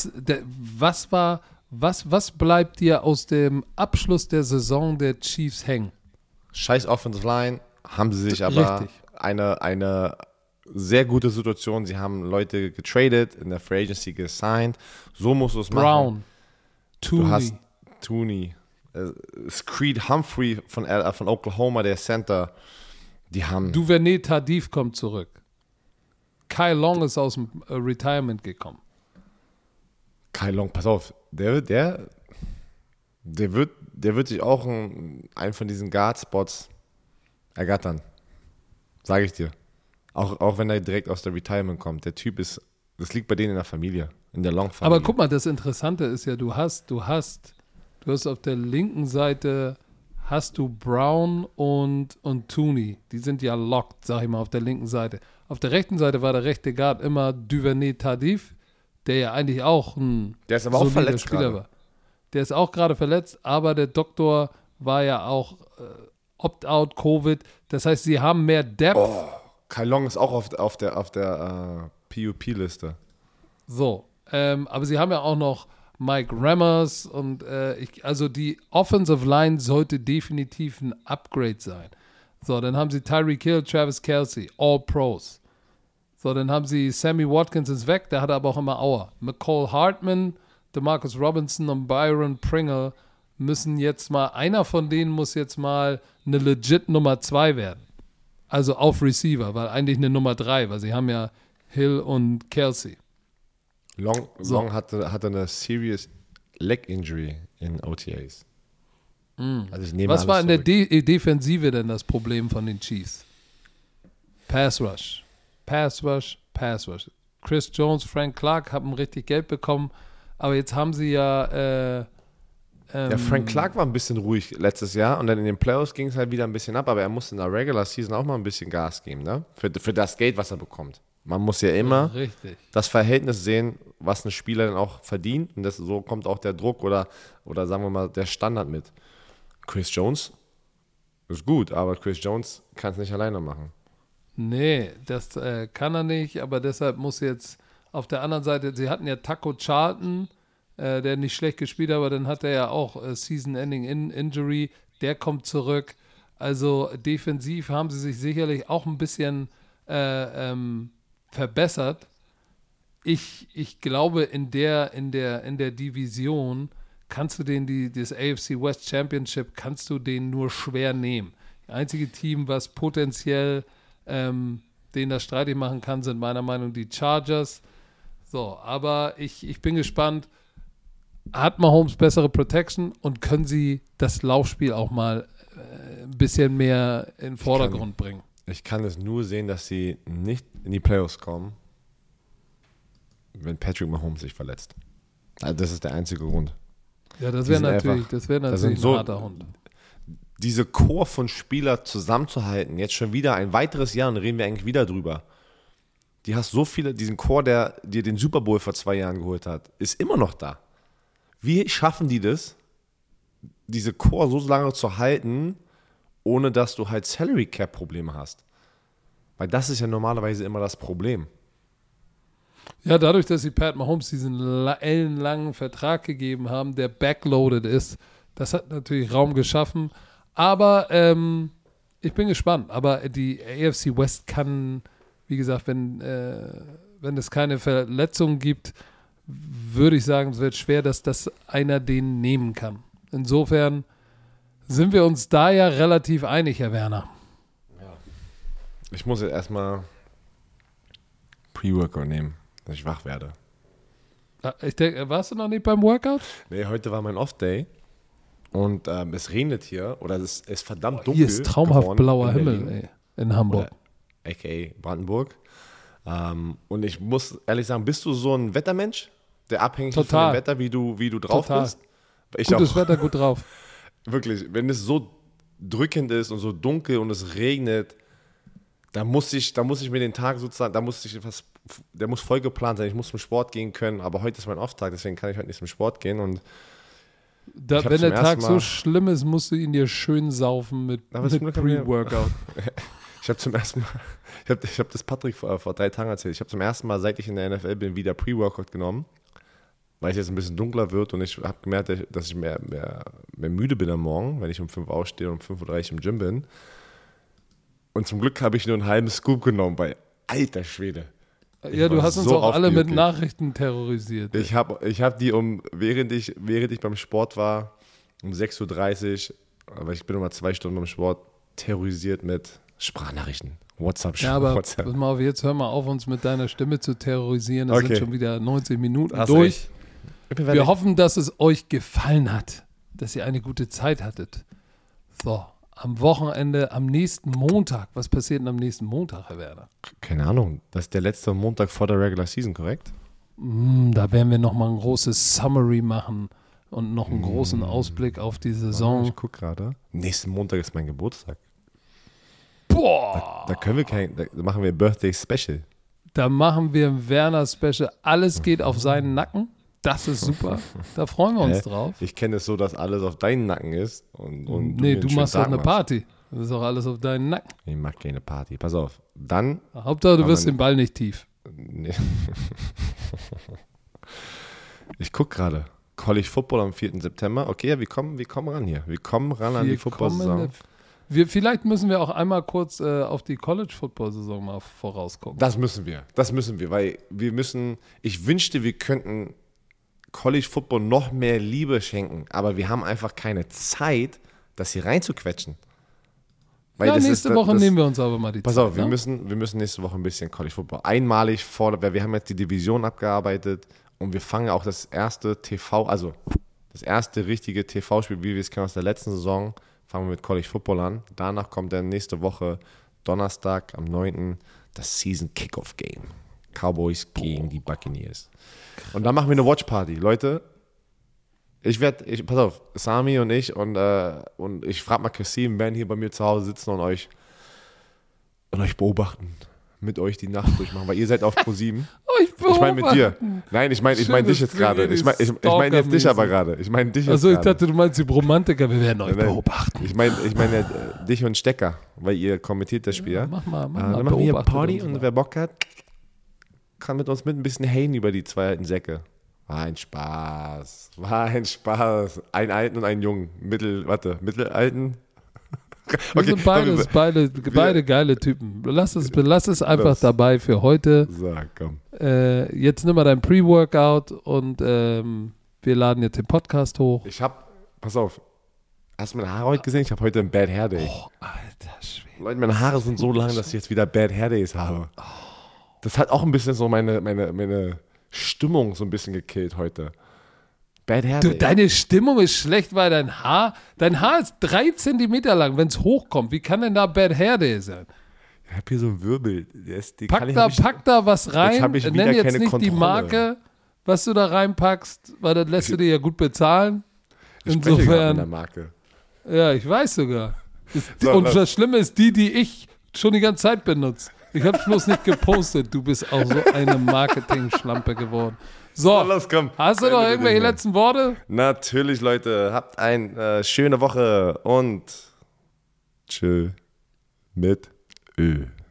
was bleibt dir aus dem Abschluss der Saison der Chiefs hängen? Scheiß Offensive Line, haben sie sich aber eine sehr gute Situation. Sie haben Leute getradet, in der Free Agency gesigned. So musst du es machen. Du hast Tooney, Screed Humphrey von Oklahoma, der Center. Die haben. Duvernay Tardif kommt zurück. Kyle Long ist aus dem Retirement gekommen. Kyle Long, pass auf, der Der wird sich auch einen von diesen Guard-Spots ergattern. Sage ich dir. Auch wenn er direkt aus der Retirement kommt. Der Typ das liegt bei denen in der Familie, in der Long-Familie. Aber guck mal, das Interessante ist ja, du hast auf der linken Seite hast du Brown und Tooney. Die sind ja locked, sag ich mal, auf der linken Seite. Auf der rechten Seite war der rechte Guard immer Duvernay-Tardif, der ja eigentlich auch ein der ist aber auch verletzt Spieler gerade. war. Der ist auch gerade verletzt, aber der Doktor war ja auch Opt-out, Covid. Das heißt, sie haben mehr Depth. Oh, Kai Long ist auch auf der PUP-Liste. So, aber sie haben ja auch noch Mike Remmers und also die Offensive Line sollte definitiv ein Upgrade sein. So, dann haben sie Tyreek Hill, Travis Kelce, All Pros. So, dann haben sie Sammy Watkins ist weg, der hatte aber auch immer Aua. McCall Hartman, DeMarcus Robinson und Byron Pringle müssen jetzt mal, einer von denen muss jetzt mal eine legit Nummer 2 werden. Also auf Receiver, weil eigentlich eine Nummer 3, weil sie haben ja Hill und Kelce. Long hatte eine serious leg injury in OTAs. Also ich nehme Was war in alles der zurück. Defensive denn das Problem von den Chiefs? Pass Rush. Chris Jones, Frank Clark haben richtig Geld bekommen, aber jetzt haben sie ja Frank Clark war ein bisschen ruhig letztes Jahr und dann in den Playoffs ging es halt wieder ein bisschen ab, aber er musste in der Regular Season auch mal ein bisschen Gas geben, ne? Für das Geld, was er bekommt. Man muss ja immer das Verhältnis sehen, was ein Spieler dann auch verdient und so kommt auch der Druck oder sagen wir mal der Standard mit. Chris Jones ist gut, aber Chris Jones kann es nicht alleine machen. Nee, das kann er nicht, aber deshalb muss jetzt auf der anderen Seite, sie hatten ja Taco Charlton, der nicht schlecht gespielt hat, aber dann hat er ja auch Season-Ending Injury, der kommt zurück. Also defensiv haben sie sich sicherlich auch ein bisschen verbessert. Ich glaube, in der Division kannst du das AFC West Championship kannst du den nur schwer nehmen. Das einzige Team, was potenziell den das streitig machen kann, sind meiner Meinung nach die Chargers. So, aber ich bin gespannt, hat Mahomes bessere Protection und können sie das Laufspiel auch mal ein bisschen mehr in den Vordergrund bringen? Ich kann es nur sehen, dass sie nicht in die Playoffs kommen, wenn Patrick Mahomes sich verletzt. Also das ist der einzige Grund. Ja, das wäre natürlich ein harter Hund. Diese Core von Spielern zusammenzuhalten, jetzt schon wieder ein weiteres Jahr und reden wir eigentlich wieder drüber. Die hast so viele, diesen Core, der dir den Super Bowl vor 2 Jahren geholt hat, ist immer noch da. Wie schaffen die das, diese Core so lange zu halten, ohne dass du halt Salary Cap Probleme hast? Weil das ist ja normalerweise immer das Problem. Ja, dadurch, dass sie Pat Mahomes diesen ellenlangen Vertrag gegeben haben, der backloaded ist, das hat natürlich Raum geschaffen. Aber ich bin gespannt. Aber die AFC West kann, wie gesagt, wenn es keine Verletzungen gibt, würde ich sagen, es wird schwer, dass das einer den nehmen kann. Insofern sind wir uns da ja relativ einig, Herr Werner. Ja. Ich muss jetzt erstmal Pre-Workout nehmen, dass ich wach werde. Ich denke, warst du noch nicht beim Workout? Nee, heute war mein Off-Day. Und es regnet hier, oder es ist verdammt dunkel. Hier ist traumhaft blauer Himmel in Hamburg. A.k.a. Brandenburg. Und ich muss ehrlich sagen, bist du so ein Wettermensch, der abhängig ist von dem Wetter, wie du drauf bist? Gutes Wetter, gut drauf. Wirklich, wenn es so drückend ist und so dunkel und es regnet, da muss ich mir den Tag sozusagen, der muss voll geplant sein, ich muss zum Sport gehen können, aber heute ist mein Off-Tag, deswegen kann ich heute nicht zum Sport gehen und wenn der Tag so schlimm ist, musst du ihn dir schön saufen mit Pre-Workout. Ich habe zum ersten Mal, ich habe das Patrick vor 3 Tagen erzählt, ich habe zum ersten Mal, seit ich in der NFL bin, wieder Pre-Workout genommen, weil es jetzt ein bisschen dunkler wird und ich habe gemerkt, dass ich mehr müde bin am Morgen, wenn ich um 5 aufstehe und um 5.30 Uhr im Gym bin. Und zum Glück habe ich nur einen halben Scoop genommen, bei alter Schwede. Ja, du hast uns auch alle mit Nachrichten terrorisiert. Ich hab die während ich beim Sport war, um 6.30 Uhr, aber ich bin immer 2 Stunden beim Sport, terrorisiert mit Sprachnachrichten. WhatsApp. Ja, aber pass mal auf, jetzt hör mal auf, uns mit deiner Stimme zu terrorisieren. Das sind schon wieder 90 Minuten Hast durch. recht. Wir hoffen, dass es euch gefallen hat. dass ihr eine gute Zeit hattet. So, am Wochenende, am nächsten Montag. Was passiert denn am nächsten Montag, Herr Werner? Keine Ahnung. Das ist der letzte Montag vor der Regular Season, korrekt? Da werden wir nochmal ein großes Summary machen und noch einen großen Ausblick auf die Saison. Ich gucke gerade. Nächsten Montag ist mein Geburtstag. Boah! Da machen wir Birthday Special. Da machen wir ein Werner-Special. Alles geht auf seinen Nacken. Das ist super. Da freuen wir uns drauf. Ich kenne es so, dass alles auf deinen Nacken ist. Und nee, du machst doch eine Party. Das ist auch alles auf deinen Nacken. Ich mache keine Party. Pass auf. Dann. Hauptsache, du wirst den Ball nicht tief. Nee. Ich gucke gerade. College Football am 4. September. Okay, ja, wir kommen ran hier. Wir kommen ran an die Football-Saison. Vielleicht müssen wir auch einmal kurz auf die College-Football-Saison mal vorausgucken. Das müssen wir, weil ich wünschte, wir könnten College Football noch mehr Liebe schenken, aber wir haben einfach keine Zeit, das hier reinzuquetschen. Weil nächste Woche nehmen wir uns aber mal die Zeit. Pass auf, wir müssen nächste Woche ein bisschen College Football einmalig weil wir haben jetzt die Division abgearbeitet und wir fangen auch das erste richtige TV-Spiel, wie wir es kennen aus der letzten Saison, fangen wir mit College Football an. Danach kommt dann nächste Woche Donnerstag am 9. das Season Kickoff Game. Cowboys gegen die Buccaneers. Und dann machen wir eine Watch Party. Leute, pass auf, Sami und ich und ich frage mal Kassim, werden hier bei mir zu Hause sitzen und euch beobachten. Mit euch die Nacht durchmachen, weil ihr seid auf Pro7. Ich meine mit dir. Nein, ich meine dich jetzt gerade. Ich meine jetzt dich aber gerade. Ich meine dich jetzt Also ich dachte, du meinst die Romantiker, wir werden euch beobachten. Ich meine dich und Stecker, weil ihr kommentiert das Spiel. Ja, mach mal. Dann machen wir hier Party und wer Bock hat, kann mit uns mit ein bisschen haten über die zwei alten Säcke. War ein Spaß. Einen alten und einen jungen. Mittelalten. Wir sind beide geile Typen. Lass es einfach dabei für heute. So, komm. Jetzt nimm mal dein Pre-Workout und wir laden jetzt den Podcast hoch. Pass auf, hast du meine Haare heute gesehen? Ich habe heute ein Bad Hair Day. Oh, alter Schwede. Leute, meine Haare sind so lang, dass ich jetzt wieder Bad Hair Days habe. Das hat auch ein bisschen so meine Stimmung so ein bisschen gekillt heute. Bad Hair Day. Deine Stimmung ist schlecht, weil dein Haar ist 3 Zentimeter lang, wenn es hochkommt. Wie kann denn da Bad Hair Day sein? Ich habe hier so einen Wirbel. Pack da was rein. Nenn jetzt nicht Kontrolle. Die Marke, was du da reinpackst, weil das lässt du dir ja gut bezahlen. Insofern. Der Marke. Ja, ich weiß sogar. Und das Schlimme ist die ich schon die ganze Zeit benutze. Ich habe es bloß nicht gepostet. Du bist auch so eine Marketing-Schlampe geworden. So, los, komm. Hast du noch irgendwelche letzten Worte? Natürlich, Leute. Habt eine schöne Woche und tschö mit Ö.